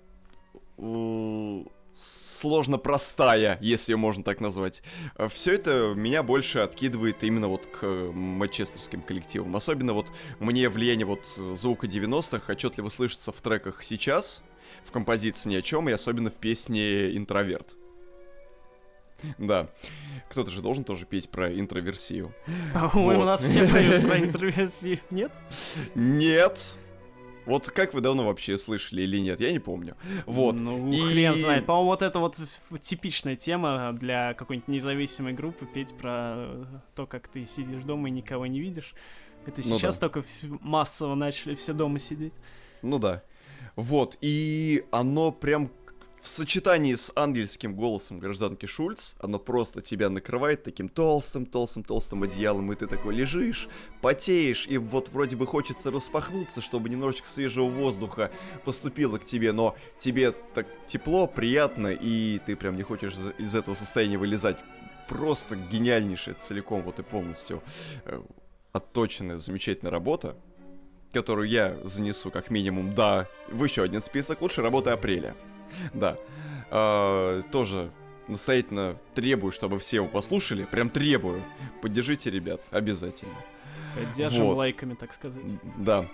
сложно простая, если ее можно так назвать. Все это меня больше откидывает именно вот к манчестерским коллективам. Особенно вот мне влияние вот звука девяностых отчетливо слышится в треках сейчас, в композиции «Ни о чем», и особенно в песне «Интроверт». Да. Кто-то же должен тоже петь про интроверсию. По-моему, у нас все поют про интроверсию, нет? Нет. Вот как вы давно вообще слышали или нет, я не помню. Вот. Ну, и... хрен знает. По-моему, вот это вот типичная тема для какой-нибудь независимой группы, петь про то, как ты сидишь дома и никого не видишь. Это сейчас ну, да. только массово начали все дома сидеть. Ну да. Вот, и оно прям в сочетании с ангельским голосом гражданки Шульц, оно просто тебя накрывает таким толстым-толстым-толстым одеялом, и ты такой лежишь, потеешь, и вот вроде бы хочется распахнуться, чтобы немножечко свежего воздуха поступило к тебе, но тебе так тепло, приятно, и ты прям не хочешь из этого состояния вылезать. Просто гениальнейшая целиком вот и полностью э, отточенная, замечательная работа, которую я занесу как минимум, да, в еще один список лучшей работы апреля. Да, а, тоже настоятельно требую, чтобы все его послушали, прям требую. Поддержите, ребят, обязательно. Поддержим вот. Лайками, так сказать. Да.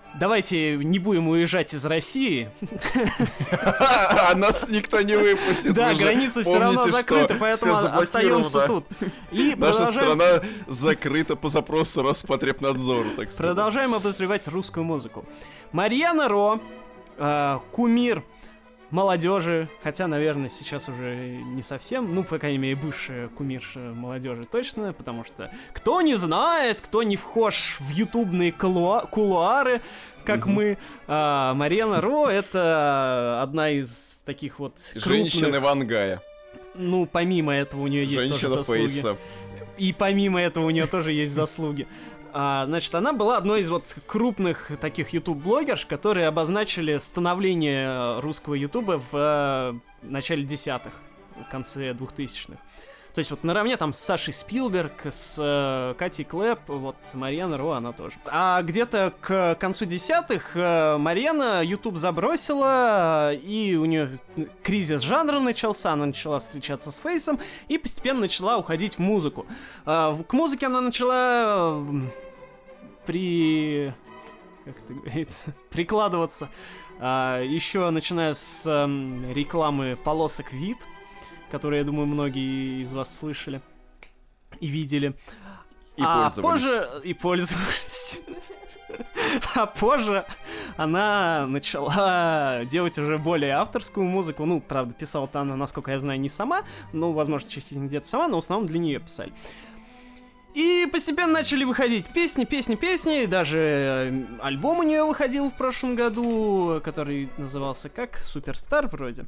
давайте не будем уезжать из России. А нас никто не выпустит. Да, границы все равно закрыты, поэтому остаемся тут. И наша страна закрыта по запросу Роспотребнадзора, так сказать. Продолжаем обозревать русскую музыку. Марьяна Ро, кумир молодежи, хотя, наверное, сейчас уже не совсем, ну, по крайней мере, бывшая кумирша молодежи точно, потому что кто не знает, кто не вхож в ютубные кулуа- кулуары, как mm-hmm. мы, а, Марьяна Ро — это одна из таких вот крупных... Женщина Вангая. Ну, помимо этого у нее есть Женщина тоже заслуги. Фейса. И помимо этого у нее тоже есть заслуги. А, значит, она была одной из вот крупных таких ютуб-блогерш, которые обозначили становление русского ютуба в э, начале десятых, в конце двухтысячных. То есть вот наравне там с Сашей Спилберг, с э, Катей Клэп, вот Марьяна Ро, она тоже. А где-то к концу десятых э, Марьяна ютуб забросила, и у нее кризис жанра начался, она начала встречаться с Фейсом и постепенно начала уходить в музыку. Э, к музыке она начала э, при... как это говорится? Прикладываться. Э, еще начиная с э, рекламы полосок Вид, которые, я думаю, многие из вас слышали и видели. И а пользовались. Позже... И пользовались. А позже она начала делать уже более авторскую музыку. Ну, правда, писала-то она, насколько я знаю, не сама. Ну, возможно, частично где-то сама, но в основном для нее писали. И постепенно начали выходить песни, песни, песни. Даже альбом у нее выходил в прошлом году, который назывался как? Суперстар вроде.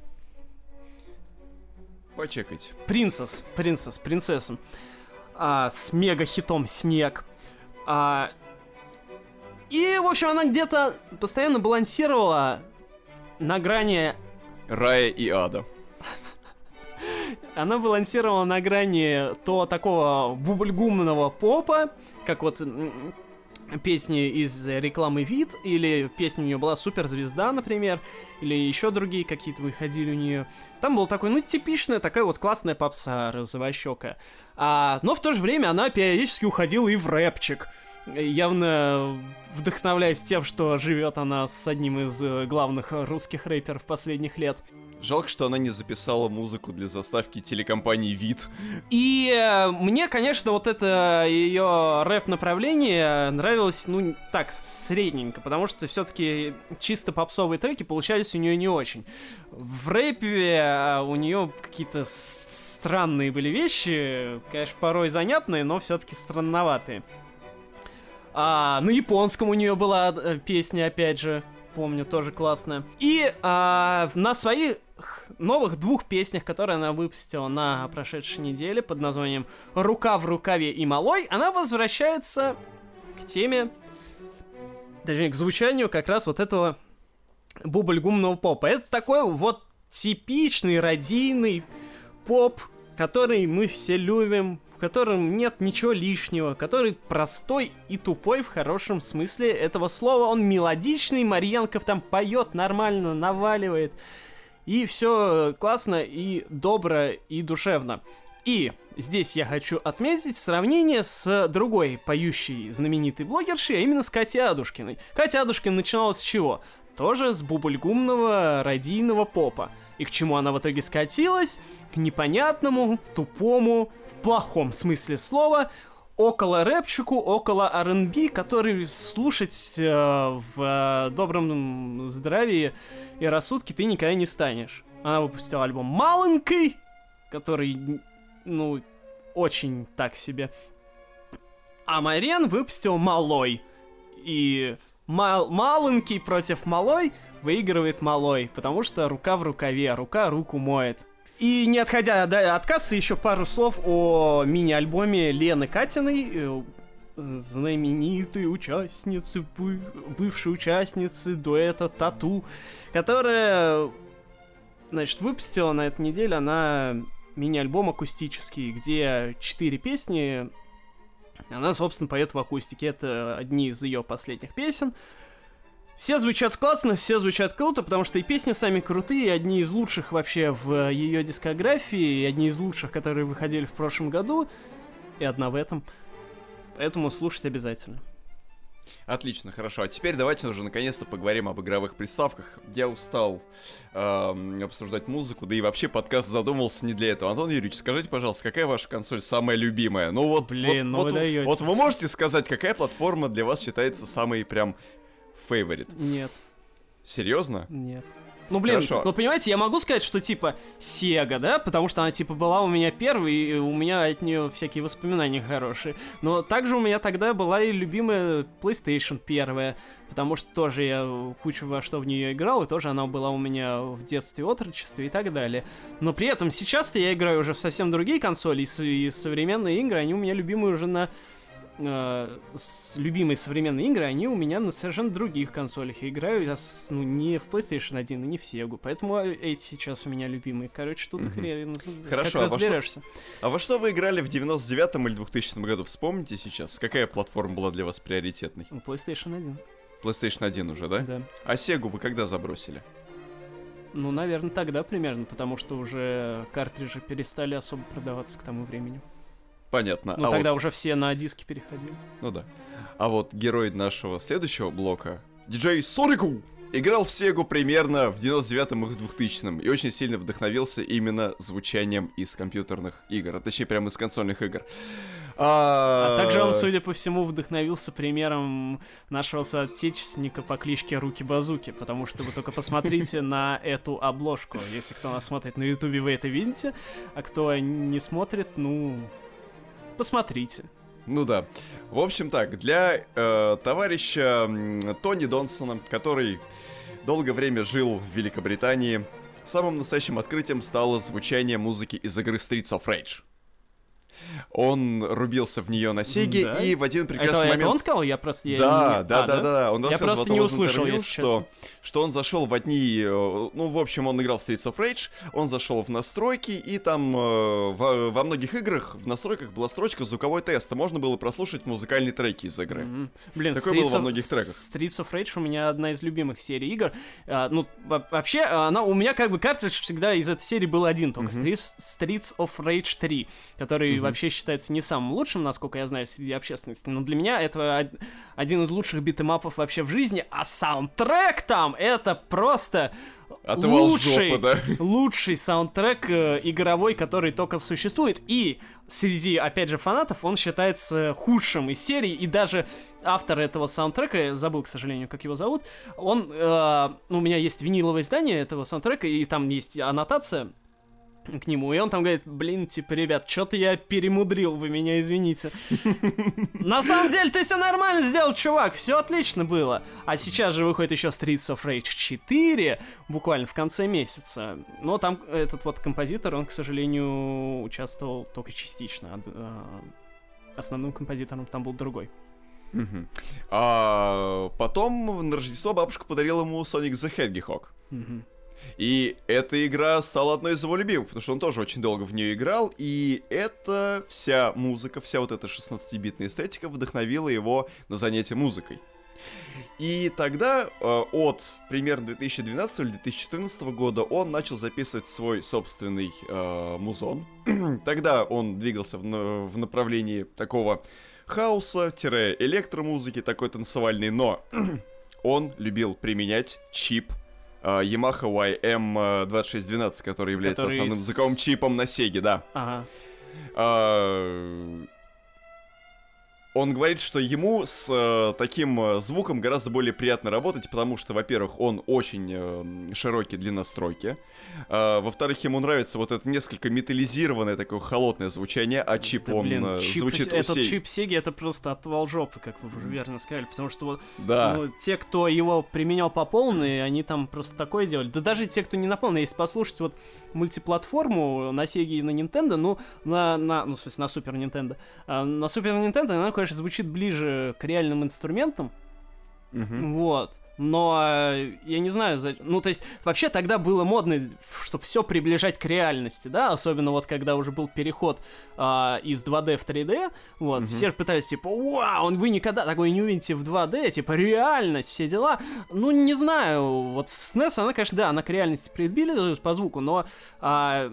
Почекать. Принцесс, принцесс, принцесса. А, с мега-хитом «Снег». А, и, в общем, она где-то постоянно балансировала на грани... Рая и ада. Она балансировала на грани то такого бубльгумного попа, как вот песни из рекламы Вид, или песня у нее была «Суперзвезда», например, или еще другие какие-то выходили у нее. Там был такой, ну, типичная такая вот классная попса розовощёкая. А, но в то же время она периодически уходила и в рэпчик, явно вдохновляясь тем, что живет она с одним из главных русских рэперов последних лет. Жалко, что она не записала музыку для заставки телекомпании Вид. И э, мне, конечно, вот это ее рэп-направление нравилось, ну, так, средненько, потому что все-таки чисто попсовые треки получались у нее не очень. В рэпе у нее какие-то с- странные были вещи, конечно, порой занятные, но все-таки странноватые. А, на японском у нее была песня, опять же, помню, тоже классная. И а, на своих новых двух песнях, которые она выпустила на прошедшей неделе под названием «Рука в рукаве» и «Малой», она возвращается к теме, точнее, к звучанию как раз вот этого бубльгумного попа. Это такой вот типичный радийный поп, который мы все любим, в котором нет ничего лишнего, который простой и тупой в хорошем смысле этого слова. Он мелодичный, Марьянков там поет нормально, наваливает. И все классно, и добро, и душевно. И здесь я хочу отметить сравнение с другой поющей знаменитой блогершей, а именно с Катей Адушкиной. Катя Адушкина начинала с чего? Тоже с бубльгумного радийного попа. И к чему она в итоге скатилась? К непонятному, тупому, в плохом смысле слова, около рэпчику, около ар энд би, который слушать э, в э, добром здравии и рассудке ты никогда не станешь. Она выпустила альбом «Маленький», который, ну, очень так себе. А Марьян выпустил «Малой». И мал- «Маленький» против «Малой» выигрывает «Малой», потому что рука в рукаве, рука руку моет. И не отходя от кассы, еще пару слов о мини-альбоме Лены Катиной, знаменитой участницы, бывшей участницы дуэта «Тату», которая, значит, выпустила на этой неделе она мини-альбом акустический, где четыре песни она, собственно, поет в акустике. Это одни из ее последних песен. Все звучат классно, все звучат круто, потому что и песни сами крутые, одни из лучших вообще в ее дискографии, и одни из лучших, которые выходили в прошлом году, и одна в этом. Поэтому слушать обязательно. Отлично, хорошо. А теперь давайте уже наконец-то поговорим об игровых приставках. Я устал э, обсуждать музыку, да и вообще подкаст задумался не для этого. Антон Юрьевич, скажите, пожалуйста, какая ваша консоль самая любимая? Ну вот, Блин, вот, ну вот, вы даёте. вот вы можете сказать, какая платформа для вас считается самой прям фейворит? Нет. Серьезно? Нет. Ну, блин, Хорошо. ну, понимаете, я могу сказать, что, типа, Sega, да, потому что она, типа, была у меня первой, и у меня от нее всякие воспоминания хорошие. Но также у меня тогда была и любимая PlayStation первая, потому что тоже я кучу во что в нее играл, и тоже она была у меня в детстве, отрочестве и так далее. Но при этом сейчас-то я играю уже в совсем другие консоли, и, с- и современные игры, они у меня любимые уже на... э, с- любимые современные игры, они у меня на совершенно других консолях. Я играю я с- ну, не в PlayStation один и не в Sega, поэтому эти сейчас у меня любимые. Короче, тут Мгм. хрен Хорошо, как а во что- разберешься. А во что вы играли в девяносто девятом или двухтысячном году? Вспомните сейчас, какая платформа была для вас приоритетной? Ну, PlayStation один, PlayStation один уже, да? да. А Сегу вы когда забросили? Ну, наверное, тогда примерно, потому что уже картриджи перестали особо продаваться к тому времени. Понятно. Ну, а тогда вот... уже все на диски переходили. Ну да. А вот герой нашего следующего блока, диджей Сорику, играл в Сегу примерно в девяносто девятом и в двухтысячном и очень сильно вдохновился именно звучанием из компьютерных игр, а точнее прямо из консольных игр. А, А также он, судя по всему, вдохновился примером нашего соотечественника по кличке Руки-Базуки, потому что вы только посмотрите на эту обложку. Если кто нас смотрит на Ютубе, вы это видите, а кто не смотрит, ну, посмотрите. Ну да. В общем так, для э, товарища м, Тони Донсона, который долгое время жил в Великобритании, самым настоящим открытием стало звучание музыки из игры Streets of Rage. Он рубился в нее на Сеге, Да? и в один Это, прекрасный это момент... он сказал? Я просто... я Да, не- да, а, да, да, да. Он Я рассказывал просто о не том в услышал, интервью, если что, честно. что он зашел в одни... э, Ну, в общем, он играл в Streets of Rage, он зашел в настройки, и там э, во, во многих играх в настройках была строчка «Звуковой тест», и можно было прослушать музыкальные треки из игры. Мгм. Блин, Такое Streets было во of- многих треках. Streets of Rage у меня одна из любимых серий игр. А, ну, во- вообще, она, у меня как бы картридж всегда из этой серии был один, только Мгм. Streets, Streets of Rage три, который Мгм. вообще считается не самым лучшим, насколько я знаю, среди общественности. Но для меня это од- один из лучших битэмапов вообще в жизни, а саундтрек там это просто... Отвал лучший, жопы, да? лучший саундтрек э, игровой, который только существует. И среди, опять же, фанатов он считается худшим из серии. И даже автор этого саундтрека, я забыл, к сожалению, как его зовут, он... э, у меня есть виниловое издание этого саундтрека, и там есть аннотация к нему, и он там говорит: блин, типа, ребят, что-то я перемудрил, вы меня извините. На самом деле ты все нормально сделал, чувак, все отлично было. А сейчас же выходит еще Streets of Rage четыре, буквально в конце месяца. Но там этот вот композитор, он, к сожалению, участвовал только частично. а, а, Основным композитором там был другой. Мгм. А потом на Рождество бабушка подарила ему Sonic the Hedgehog. Мгм. И эта игра стала одной из его любимых, потому что он тоже очень долго в нее играл, и эта вся музыка, вся вот эта шестнадцатибитная эстетика вдохновила его на занятия музыкой. И тогда э, от примерно две тысячи двенадцатого или две тысячи четырнадцатого года он начал записывать свой собственный э, музон. Тогда он двигался в, на- в направлении такого хаоса-электромузыки, такой танцевальной, но он любил применять чип Uh, Yamaha уай эм двадцать шесть двенадцать, который является Который основным с- звуковым чипом на Сеге, да. Ага. Uh, он говорит, что ему с uh, таким uh, звуком гораздо более приятно работать, потому что, во-первых, он очень uh, широкий для настройки, uh, во-вторых, ему нравится вот это несколько металлизированное такое холодное звучание, а чип, Да, он блин, uh, чип, звучит у этот Сеги. чип Сеги это просто отвал жопы, как вы уже верно сказали, потому что вот Да. ну, те, кто его применял по полной, они там просто такое делали. Да даже те, кто не на полной, если послушать вот мультиплатформу на Сеге и на Nintendo, ну, на, на, ну, в смысле, на Супер Nintendo, а на Супер Nintendo она, конечно, звучит ближе к реальным инструментам, Мгм. вот. Но э, я не знаю, за... ну то есть вообще тогда было модно, чтобы все приближать к реальности, да, особенно вот когда уже был переход а, из два дэ в три дэ, вот, Мгм. все же пытались типа, вау, вы никогда такое не увидите в два дэ, типа реальность, все дела. Ну не знаю, вот с эн и эс она, конечно, да, она к реальности приблизилась по звуку, но а,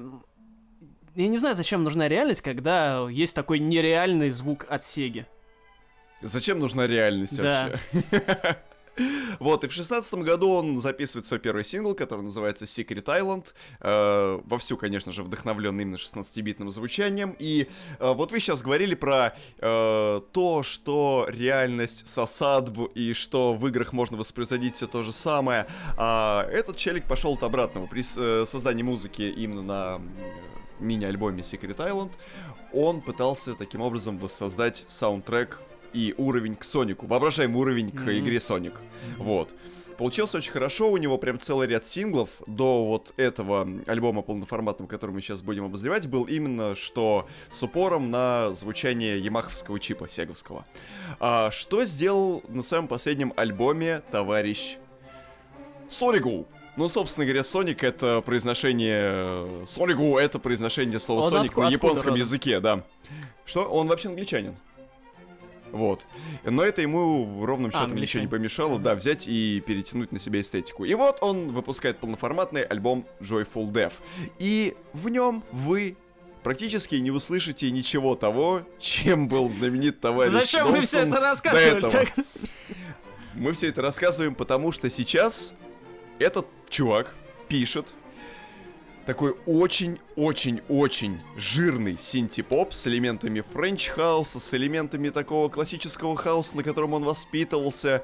я не знаю, зачем нужна реальность, когда есть такой нереальный звук от Сеги. Зачем нужна реальность Да. вообще? Вот, и в шестнадцатом году он записывает свой первый сингл, который называется Secret Island, э, вовсю, конечно же, вдохновленный именно шестнадцатибитным звучанием, и э, вот вы сейчас говорили про э, то, что реальность сосадб, и что в играх можно воспроизводить все то же самое, а этот челик пошел от обратного. При э, создании музыки именно на э, мини-альбоме Secret Island он пытался таким образом воссоздать саундтрек и уровень к Сонику, воображаемый уровень к mm-hmm. игре Sonic. Mm-hmm. Вот. Получилось очень хорошо, у него прям целый ряд синглов до вот этого альбома полноформатного, который мы сейчас будем обозревать, был именно что с упором на звучание ямаховского чипа, сеговского. А что сделал на своем последнем альбоме товарищ Сонику? Ну, собственно говоря, Sonic — это произношение... Сонику — это произношение слова Он Sonic отку- на японском родом? языке, да. Что? Он вообще англичанин. Вот. Но это ему ровным счетом Англичанин. ничего не помешало, да, взять и перетянуть на себя эстетику. И вот он выпускает полноформатный альбом Joyful Death. И в нем вы практически не услышите ничего того, чем был знаменит товарищ Зачем мы все Долсон это до рассказывали? этого. Так? Мы все это рассказываем, потому что сейчас этот чувак пишет такой очень-очень-очень жирный синти-поп с элементами френч-хауса, с элементами такого классического хауса, на котором он воспитывался,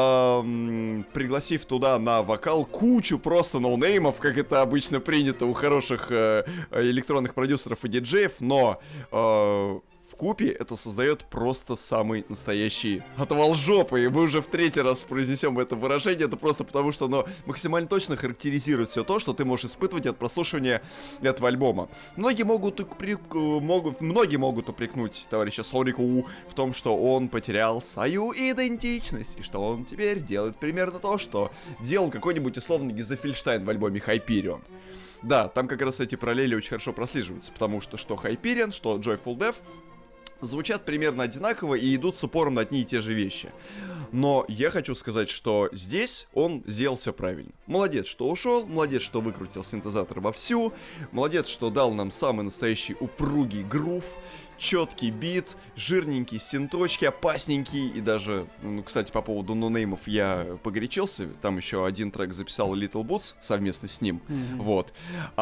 эм, пригласив туда на вокал кучу просто ноунеймов, как это обычно принято у хороших э, электронных продюсеров и диджеев, но... Э, вкупе это создает просто самый настоящий отвал жопы. И мы уже в третий раз произнесем это выражение. Это просто потому, что оно максимально точно характеризирует все то, что ты можешь испытывать от прослушивания этого альбома. Многие могут, упрек... могут... Многие могут упрекнуть товарища Сонику в том, что он потерял свою идентичность, и что он теперь делает примерно то, что делал какой-нибудь условный Гизефельштайн в альбоме Hyperion. Да, там как раз эти параллели очень хорошо прослеживаются, потому что что Hyperion, что Joyful Death звучат примерно одинаково и идут с упором на одни и те же вещи. Но я хочу сказать, что здесь он сделал все правильно. Молодец, что ушел, молодец, что выкрутил синтезатор вовсю, молодец, что дал нам самый настоящий упругий грув, четкий бит, жирненький синточки, опасненький. И даже, ну, кстати, по поводу нонеймов я погорячился. Там еще один трек записал Little Boots совместно с ним. Mm-hmm. Вот.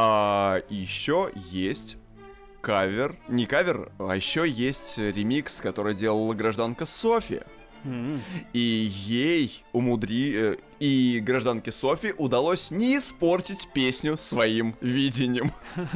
А еще есть... кавер, не кавер, а еще есть ремикс, который делала гражданка Софи. Mm-hmm. И ей умудри... И гражданке Софи удалось не испортить песню своим видением.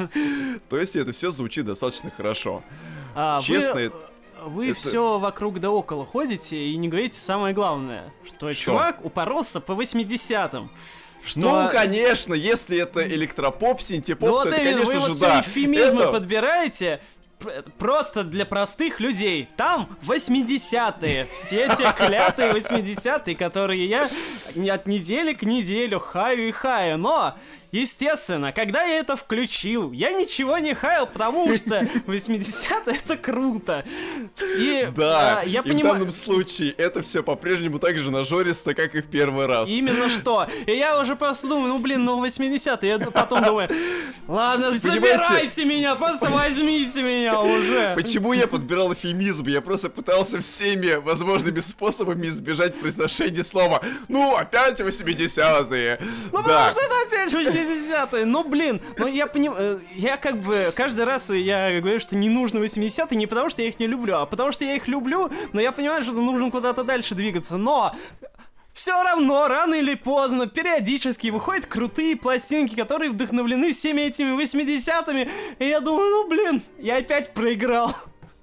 То есть это все звучит достаточно хорошо. Честно... Вы это... все вокруг да около ходите и не говорите самое главное, что, что? чувак упоролся по восьмидесятым. Что... Ну, конечно, если это электропоп, синтепоп, ну, то вот это, именно, конечно вы же, вот да. все эвфемизмы это... подбираете просто для простых людей. Там восьмидесятые, все те клятые восьмидесятые, которые я от недели к неделю хаю и хаю, но... Естественно, когда я это включил, я ничего не хаял, потому что восьмидесятые это круто. И да, а, я и понимаю... в данном случае это все по-прежнему так же нажористо, как и в первый раз. Именно что. И я уже просто думаю, ну блин, ну восьмидесятые. Я потом думаю, ладно, забирайте меня, просто возьмите меня уже. Почему я подбирал эвфемизм? Я просто пытался всеми возможными способами избежать произношения слова. Ну, опять восьмидесятые. Ну, да. потому что это опять восьмидесятые. Ну, блин, ну я понимаю, я как бы каждый раз я говорю, что не нужно восьмидесятые, не потому что я их не люблю, а потому что я их люблю, но я понимаю, что нужно куда-то дальше двигаться, но... Все равно, рано или поздно, периодически выходят крутые пластинки, которые вдохновлены всеми этими восьмидесятыми, и я думаю, ну, блин, я опять проиграл.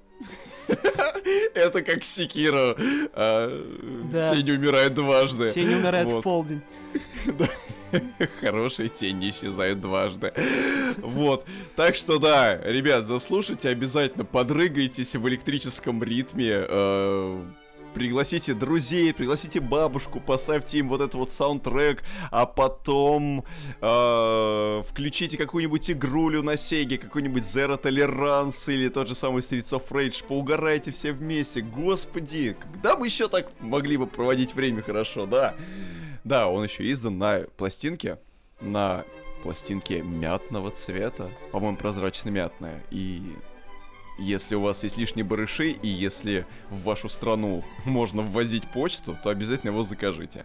Это как Секиро. Тень умирает дважды. Тень умирает в полдень. Хорошие тени исчезают дважды. Вот. Так что да, ребят, заслушайте, обязательно подрыгайтесь в электрическом ритме. Э, пригласите друзей, пригласите бабушку, поставьте им вот этот вот саундтрек, а потом э, включите какую-нибудь игрулю на Сеге, какой-нибудь Zero Tolerance или тот же самый Streets of Rage, поугарайте все вместе. Господи, когда мы еще так могли бы проводить время хорошо, да? Да, он еще издан на пластинке, на пластинке мятного цвета, по-моему, прозрачно-мятная, и Если у вас есть лишние барыши, и если в вашу страну можно ввозить почту, то обязательно его закажите.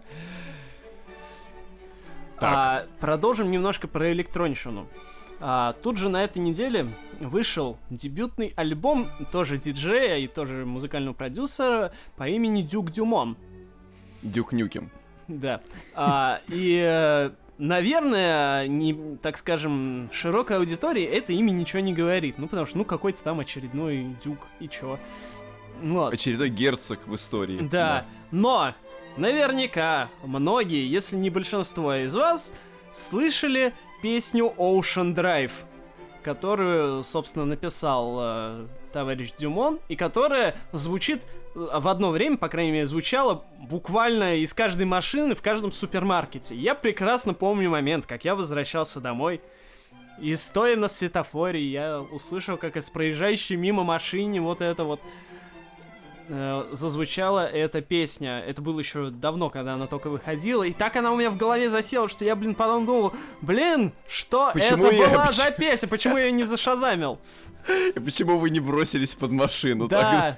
А, продолжим немножко про электронщину. А, тут же на этой неделе вышел дебютный альбом тоже диджея и тоже музыкального продюсера по имени Дюк Дюмон. Дюк Нюкем. Да. А, и, наверное, не, так скажем, широкой аудитории это имя ничего не говорит. Ну, потому что, ну, какой-то там очередной дюк, и чё. Вот. Очередной герцог в истории. Да, да. Но наверняка многие, если не большинство из вас, слышали песню Ocean Drive, которую, собственно, написал э, товарищ Дюмон, и которая звучит в одно время, по крайней мере, звучала буквально из каждой машины в каждом супермаркете. Я прекрасно помню момент, как я возвращался домой, и стоя на светофоре, я услышал, как из проезжающей мимо машины вот это вот э, зазвучала эта песня. Это было еще давно, когда она только выходила, и так она у меня в голове засела, что я, блин, потом думал, блин, что Почему это я... была за песня, почему я ее не зашазамил? И почему вы не бросились под машину? Да.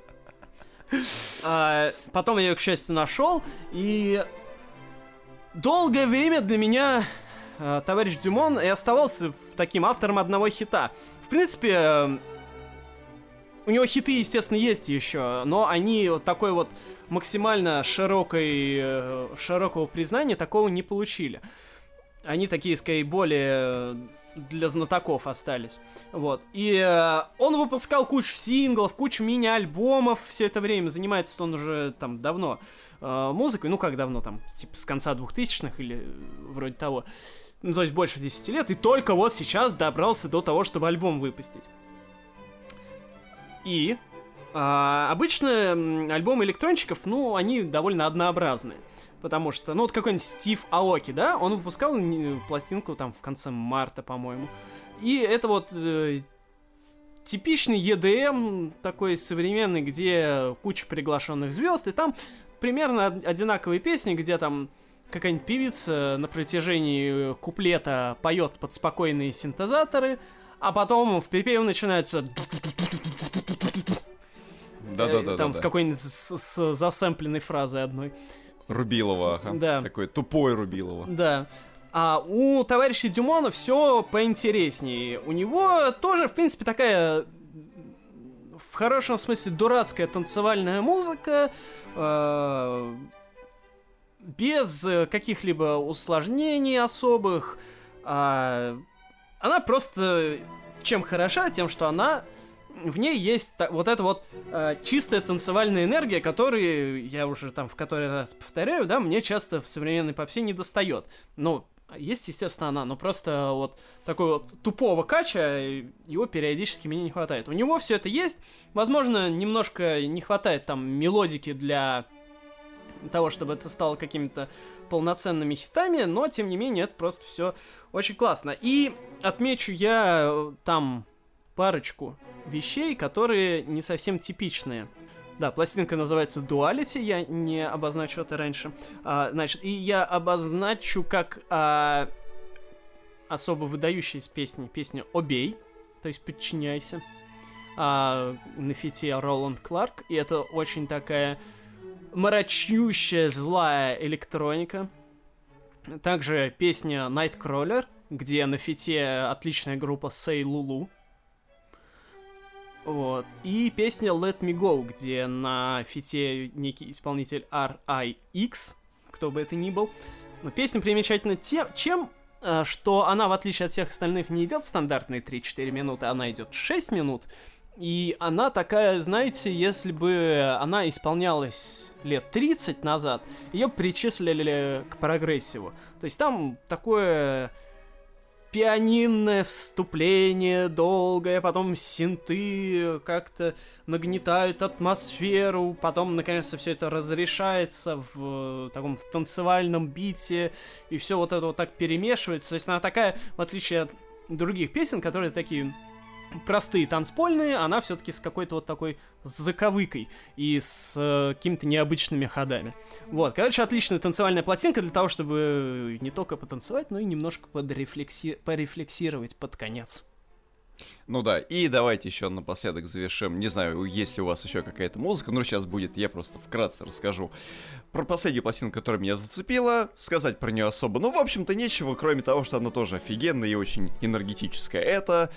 А, потом я ее, к счастью, нашел, и долгое время для меня а, товарищ Дюмон и оставался таким автором одного хита. В принципе, у него хиты, естественно, есть еще, но они вот такой вот максимально широкой, широкого признания такого не получили. Они такие, скорее, более для знатоков остались. Вот. И э, он выпускал кучу синглов, кучу мини-альбомов все это время. Занимается он уже там давно э, музыкой. Ну, как давно, там, типа с конца двухтысячных или вроде того. Ну, то есть больше десяти лет. И только вот сейчас добрался до того, чтобы альбом выпустить. И э, обычно альбомы электронщиков, ну, они довольно однообразные. Потому что, ну вот какой-нибудь Стив Аоки, да, он выпускал пластинку там в конце марта, по-моему. И это вот э, типичный и ди эм такой современный, где куча приглашенных звезд, и там примерно одинаковые песни, где там какая-нибудь певица на протяжении куплета поет под спокойные синтезаторы, а потом в припеве начинается... Да-да-да. Там с какой-нибудь с засэмпленной фразой одной. Рубилова, ага. Да. Такой тупой Рубилова. Да. А у товарища Дюмона все поинтереснее. У него тоже, в принципе, такая, в хорошем смысле, дурацкая танцевальная музыка, э, без каких-либо усложнений особых. Э, она просто чем хороша? Тем, что она... В ней есть та, вот эта вот э, чистая танцевальная энергия, которую я уже там в который раз повторяю, да, мне часто в современной попсе не достает. Ну, есть, естественно, она, но просто вот такой вот тупого кача, его периодически мне не хватает. У него все это есть, возможно, немножко не хватает там мелодики для того, чтобы это стало какими-то полноценными хитами, но, тем не менее, это просто все очень классно. И отмечу я там парочку вещей, которые не совсем типичные. Да, пластинка называется Duality, я не обозначу это раньше. А, значит, и я обозначу как а, особо выдающиеся песни, песню Obey, то есть подчиняйся, а, на фите Роланд Кларк, и это очень такая мрачнющая, злая электроника. Также песня Nightcrawler, где на фите отличная группа Say Lulu. Вот. И песня Let Me Go, где на фите некий исполнитель ар ай икс, кто бы это ни был. Но песня примечательна тем, чем, что она, в отличие от всех остальных, не идет стандартные три-четыре минуты, она идет шесть минут. И она такая, знаете, если бы она исполнялась лет тридцать назад, ее причислили к прогрессиву. То есть там такое... пианинное вступление долгое, потом синты как-то нагнетают атмосферу, потом, наконец-то, все это разрешается в таком в танцевальном бите, и все вот это вот так перемешивается. То есть она такая, в отличие от других песен, которые такие простые танцпольные, она все-таки с какой-то вот такой заковыкой и с э, какими-то необычными ходами. Вот, короче, отличная танцевальная пластинка для того, чтобы не только потанцевать, но и немножко подрефлекси... порефлексировать под конец. Ну да, и давайте еще напоследок завершим. Не знаю, есть ли у вас еще какая-то музыка, но сейчас будет, я просто вкратце расскажу про последнюю пластинку, которая меня зацепила. Сказать про нее особо, ну, в общем-то, нечего, кроме того, что она тоже офигенная и очень энергетическая. Это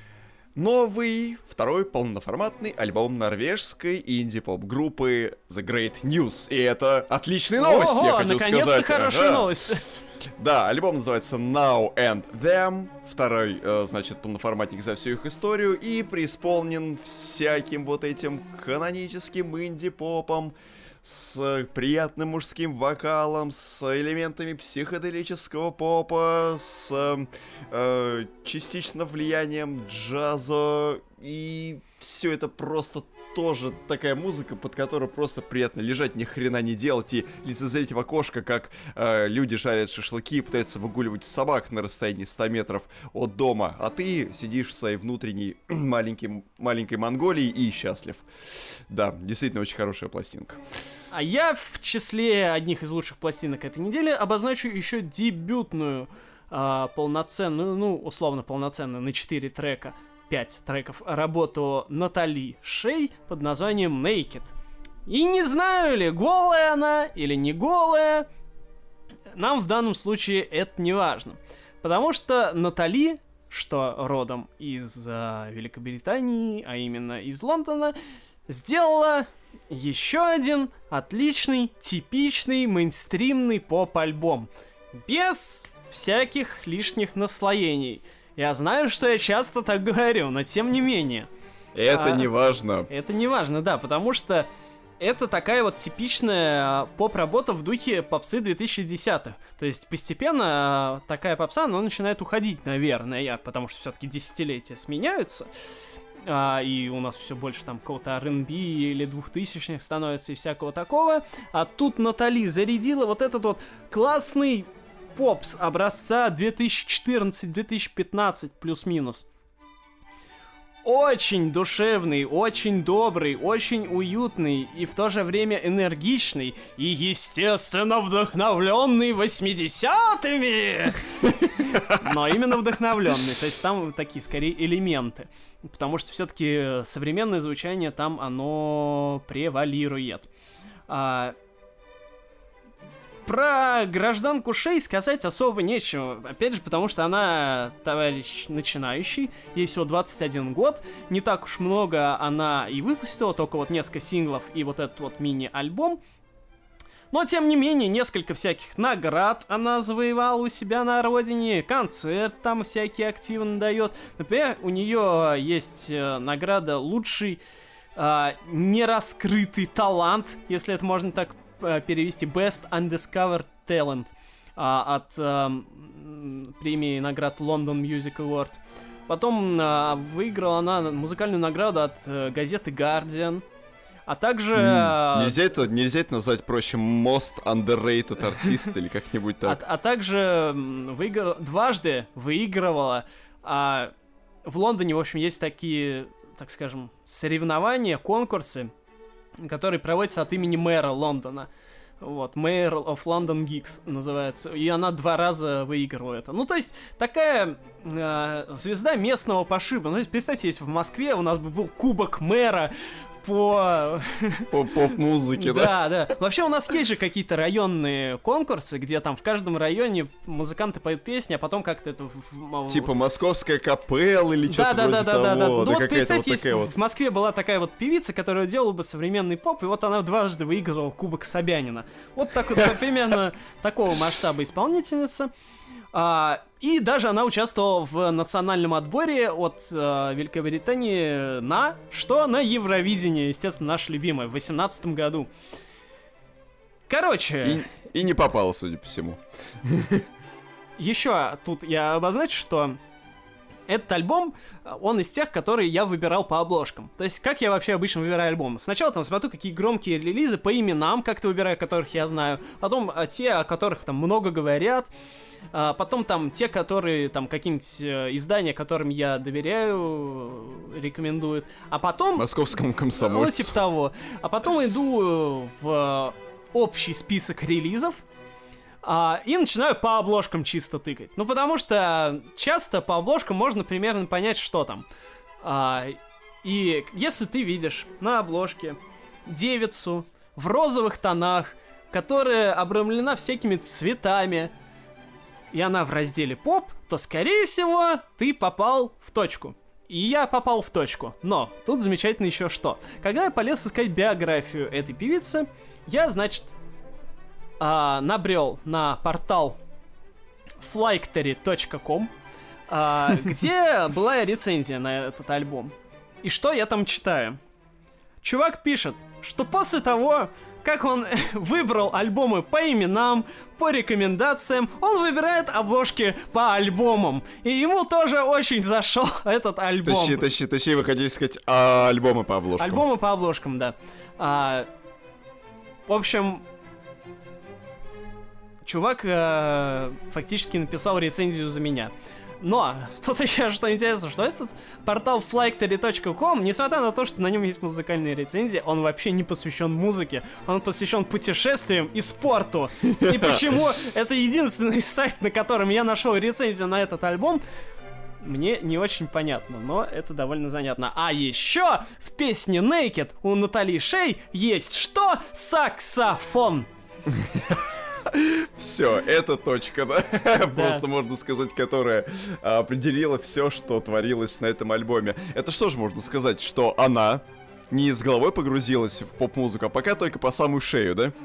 новый, второй полноформатный альбом норвежской инди-поп-группы The Great News. И это отличные новости, Ого, я хочу наконец-то сказать. хорошая ага. новость. Да, альбом называется Now and Them, второй, э, значит, полноформатник за всю их историю, и преисполнен всяким вот этим каноническим инди-попом, с приятным мужским вокалом, с элементами психоделического попа, с э, частично влиянием джаза, и все это просто тоже такая музыка, под которую просто приятно лежать, ни хрена не делать и лицезреть в окошко, как э, люди жарят шашлыки и пытаются выгуливать собак на расстоянии ста метров от дома, а ты сидишь в своей внутренней маленькой, маленькой Монголии и счастлив. Да, действительно очень хорошая пластинка. А я в числе одних из лучших пластинок этой недели обозначу еще дебютную, э, полноценную, ну, условно полноценную, на четыре трека, пять треков, работу Натали Шей под названием Naked. И не знаю ли, голая она или не голая, нам в данном случае это не важно. Потому что Натали, что родом из э, Великобритании, а именно из Лондона, сделала еще один отличный, типичный, мейнстримный поп-альбом. Без всяких лишних наслоений. Я знаю, что я часто так говорю, но тем не менее. Это а, не важно. Это не важно, да, потому что это такая вот типичная поп-работа в духе попсы две тысячи десятых. То есть постепенно такая попса, она начинает уходить, наверное, потому что все-таки десятилетия сменяются. А, и у нас все больше там какого-то ар энд би или двухтысячных становится и всякого такого. А тут Натали зарядила вот этот вот классный попс образца две тысячи четырнадцать - две тысячи пятнадцать плюс-минус. Очень душевный, очень добрый, очень уютный и в то же время энергичный и, естественно, вдохновленный восьмидесятыми. Но именно вдохновленный, то есть там такие, скорее, элементы. Потому что все-таки современное звучание там, оно превалирует. А... Про гражданку Шей сказать особо нечего. Опять же, потому что она товарищ начинающий, ей всего двадцать один год. Не так уж много она и выпустила, только вот несколько синглов и вот этот вот мини-альбом. Но, тем не менее, несколько всяких наград она завоевала у себя на родине. Концерт там всякие активно дает. Например, у нее есть награда «Лучший э, нераскрытый талант», если это можно так перевести, Best Undiscovered Talent а, от а, премии наград London Music Award. Потом а, выиграла она музыкальную награду от а, газеты Guardian. А также... Mm, нельзя, это, нельзя это назвать проще Most Underrated Artist или как-нибудь так. А, а также выигр... дважды выигрывала. А в Лондоне, в общем, есть такие, так скажем, соревнования, конкурсы, который проводится от имени мэра Лондона. Вот, Mayor of London Gigs называется. И она два раза выигрывала это. Ну, то есть, такая э, звезда местного пошиба. Ну, то есть, представьте, если в Москве у нас бы был кубок мэра по... По поп-музыке, да? Да, да. Вообще у нас есть же какие-то районные конкурсы, где там в каждом районе музыканты поют песни, а потом как-то это... Типа московская капелла или что-то да, вроде да, того. Да, да, да. Ну да. вот представьте, вот если вот. в Москве была такая вот певица, которая делала бы современный поп, и вот она дважды выиграла кубок Собянина. Вот так вот примерно такого масштаба исполнительница. А, и даже она участвовала в национальном отборе от а, Великобритании на что? На Евровидении, естественно, наше любимое, в восемнадцатом году. Короче... И, и не попала, судя по всему. Еще тут я обозначу, что этот альбом, он из тех, которые я выбирал по обложкам. То есть, как я вообще обычно выбираю альбомы? Сначала там смотрю, какие громкие релизы по именам, как-то выбираю, которых я знаю. Потом те, о которых там много говорят. А потом там те, которые, там, какие-нибудь издания, которым я доверяю, рекомендуют. А потом... Московскому комсомольцу. Ну, типа того. А потом иду в общий список релизов. А, и начинаю по обложкам чисто тыкать. Ну, потому что часто по обложкам можно примерно понять, что там. А, и если ты видишь на обложке девицу в розовых тонах, которая обрамлена всякими цветами, и она в разделе поп, то, скорее всего, ты попал в точку. И я попал в точку. Но тут замечательно еще что. Когда я полез искать биографию этой певицы, я, значит, а, набрел на портал флайктери точка ком, а, где была рецензия на этот альбом. И что я там читаю? Чувак пишет, что после того, как он выбрал альбомы по именам, по рекомендациям, он выбирает обложки по альбомам. И ему тоже очень зашел этот альбом. Тащи, тащи, тащи, вы хотели сказать а, альбомы по обложкам. Альбомы по обложкам, да. А, в общем, чувак а, фактически написал рецензию за меня. Но, тут еще что интересно, что этот портал флайктери точка ком, несмотря на то, что на нем есть музыкальные рецензии, он вообще не посвящен музыке, он посвящен путешествиям и спорту. И почему это единственный сайт, на котором я нашел рецензию на этот альбом, мне не очень понятно, но это довольно занятно. А еще в песне Naked у Натали Шей есть что? Саксофон. Все, это точка, да? Да. Просто можно сказать, которая определила все, что творилось на этом альбоме. Это что же можно сказать, что она не с головой погрузилась в поп-музыку, а пока только по самую шею, да?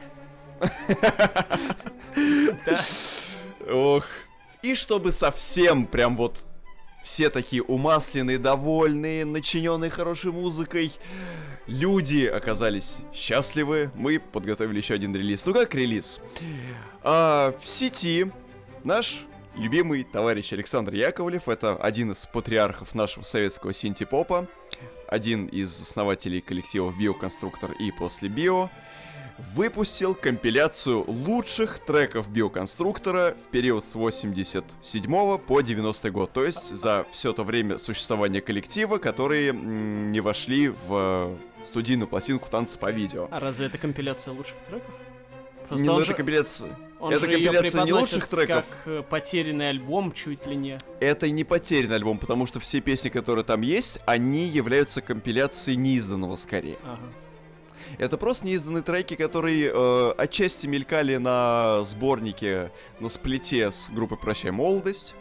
Да. Ох. И чтобы совсем прям вот все такие умасленные, довольные, начиненные хорошей музыкой, люди оказались счастливы. Мы подготовили еще один релиз. Ну как релиз? А, в сети наш любимый товарищ Александр Яковлев, это один из патриархов нашего советского синти-попа, один из основателей коллективов Биоконструктор и После Био, выпустил компиляцию лучших треков Биоконструктора в период с восемьдесят седьмого по девяностый год. То есть за все то время существования коллектива, которые м- не вошли в студийную пластинку «Танцы по видео». А разве это компиляция лучших треков? Просто не, ну, он это же... компиляция... Он это же компиляция не лучших треков. Как потерянный альбом, чуть ли не. Это не потерянный альбом, потому что все песни, которые там есть, они являются компиляцией неизданного скорее. Ага. Это просто неизданные треки, которые э, отчасти мелькали на сборнике, на сплите с группой «Прощай, молодость».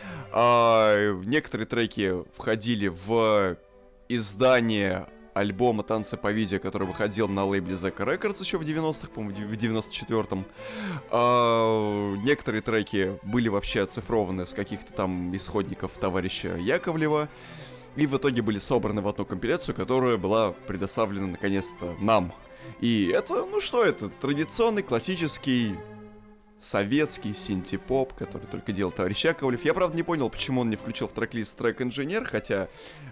А некоторые треки входили в издание альбома «Танцы по видео», который выходил на лейбле Zeka Records еще в девяностых, по-моему, в девяносто четвёртом. А некоторые треки были вообще оцифрованы с каких-то там исходников товарища Яковлева. И в итоге были собраны в одну компиляцию, которая была предоставлена наконец-то нам. И это, ну что это, традиционный, классический, советский синти-поп, который только делал товарищ Яковлев. Я, правда, не понял, почему он не включил в трек-лист трек «Инженер», хотя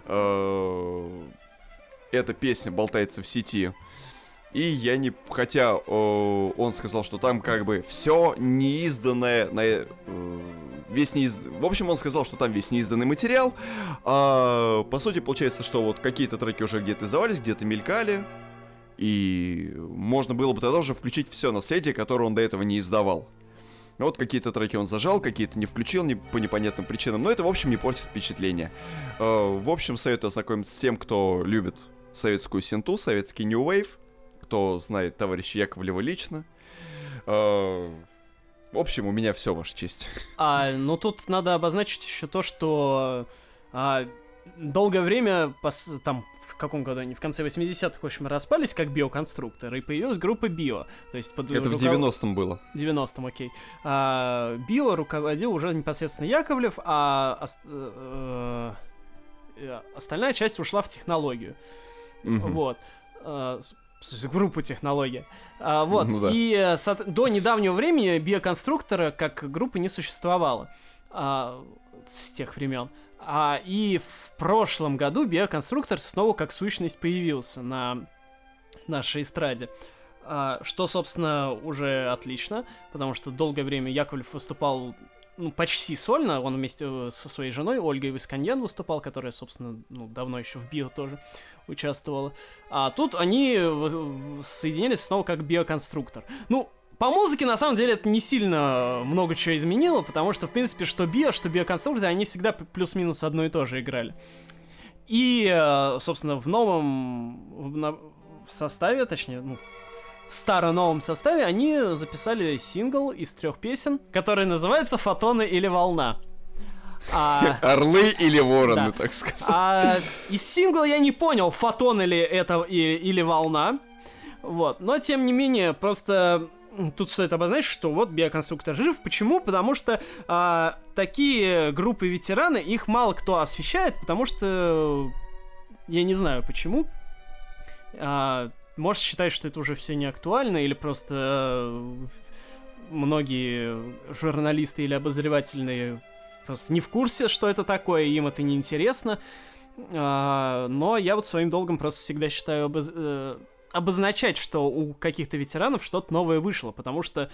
э, эта песня болтается в сети. И я не... Хотя э, он сказал, что там как бы все неизданное... На, э, весь неиз... В общем, он сказал, что там весь неизданный материал. А, по сути, получается, что вот какие-то треки уже где-то издавались, где-то мелькали. И можно было бы тогда уже включить все наследие, которое он до этого не издавал. Вот какие-то треки он зажал, какие-то не включил не, по непонятным причинам. Но это, в общем, не портит впечатление. Э, в общем, советую ознакомиться с тем, кто любит советскую синту, советский New Wave. Кто знает товарища Яковлева лично. Э, в общем, у меня все, ваша честь. А, ну тут надо обозначить еще то, что а, долгое время, пос, там, в каком году они, в конце восьмидесятых, в общем, распались как биоконструктор, и появилась группа Био. То есть под Это руков... в девяностом было. В девяностом, окей. А, Био руководил уже непосредственно Яковлев, а ост... э, э, остальная часть ушла в технологию. Mm-hmm. Вот. А, группу технологий. А, вот. Ну, да. И со- до недавнего времени биоконструктора как группы не существовало а, с тех времен. А, и в прошлом году биоконструктор снова как сущность появился на нашей эстраде. А, что, собственно, уже отлично, потому что долгое время Яковлев выступал ну, почти сольно, он вместе со своей женой Ольгой Висканьян выступал, которая, собственно, ну, давно еще в Био тоже участвовала. А тут они соединились снова как биоконструктор. Ну, По музыке, на самом деле, это не сильно много чего изменило, потому что, в принципе, что био, что биоконструкторы, они всегда плюс-минус одно и то же играли. И, собственно, в новом в составе, точнее, ну, в старо-новом составе они записали сингл из трех песен, который называется «Фотоны или волна». А... Орлы или вороны, да. Так сказать. А из сингла я не понял, фотон или это и, или волна. Вот. Но, тем не менее, просто тут стоит обозначить, что вот биоконструктор жив. Почему? Потому что а, такие группы ветераны, их мало кто освещает, потому что я не знаю почему. А, может считать, что это уже все не актуально, или просто а, многие журналисты или обозревательные просто не в курсе, что это такое, им это не интересно. А, но я вот своим долгом просто всегда считаю обоз... э, обозначать, что у каких-то ветеранов что-то новое вышло, потому что,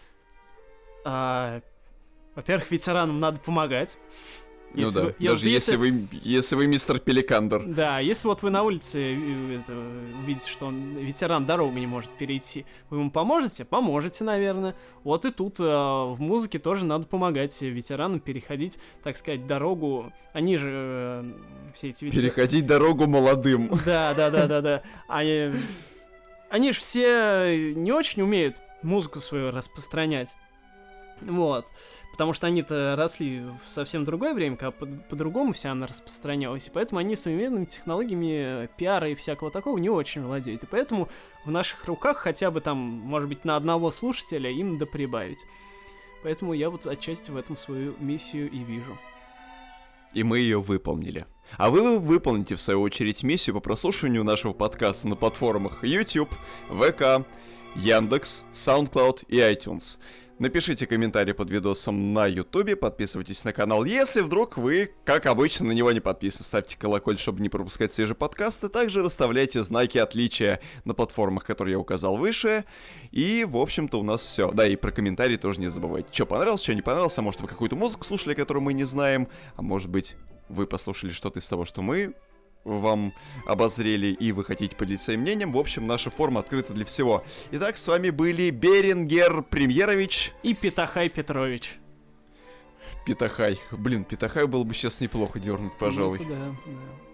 а, во-первых, ветеранам надо помогать. Если ну да, вы, даже если, если, вы, если вы мистер Пеликандер. Да, если вот вы на улице это, видите, что он, ветеран дорогу не может перейти, вы ему поможете? Поможете, наверное. Вот и тут э, в музыке тоже надо помогать ветеранам переходить, так сказать, дорогу. Они же э, все эти ветераны... Переходить дорогу молодым. Да, да, да, да, да. Они, они же все не очень умеют музыку свою распространять. Вот. Потому что они-то росли в совсем другое время, когда по- по-другому вся она распространялась, и поэтому они современными технологиями пиара и всякого такого не очень владеют. И поэтому в наших руках хотя бы там, может быть, на одного слушателя им доприбавить. Поэтому я вот отчасти в этом свою миссию и вижу. И мы ее выполнили. А вы выполните, в свою очередь, миссию по прослушиванию нашего подкаста на платформах YouTube, ВК, Яндекс, SoundCloud и iTunes. Напишите комментарий под видосом на ютубе, подписывайтесь на канал, если вдруг вы, как обычно, на него не подписаны. Ставьте колокольчик, чтобы не пропускать свежие подкасты. Также расставляйте знаки отличия на платформах, которые я указал выше. И, в общем-то, у нас все. Да, и про комментарии тоже не забывайте. Что понравилось, что не понравилось, а может вы какую-то музыку слушали, которую мы не знаем, а может быть вы послушали что-то из того, что мы вам обозрели, и вы хотите поделиться своим мнением. В общем, наша форма открыта для всего. Итак, с вами были Берингер Премьерович и Питахай Петрович. Питахай. Блин, Питахай было бы сейчас неплохо дернуть, пожалуй. Ну, да, да.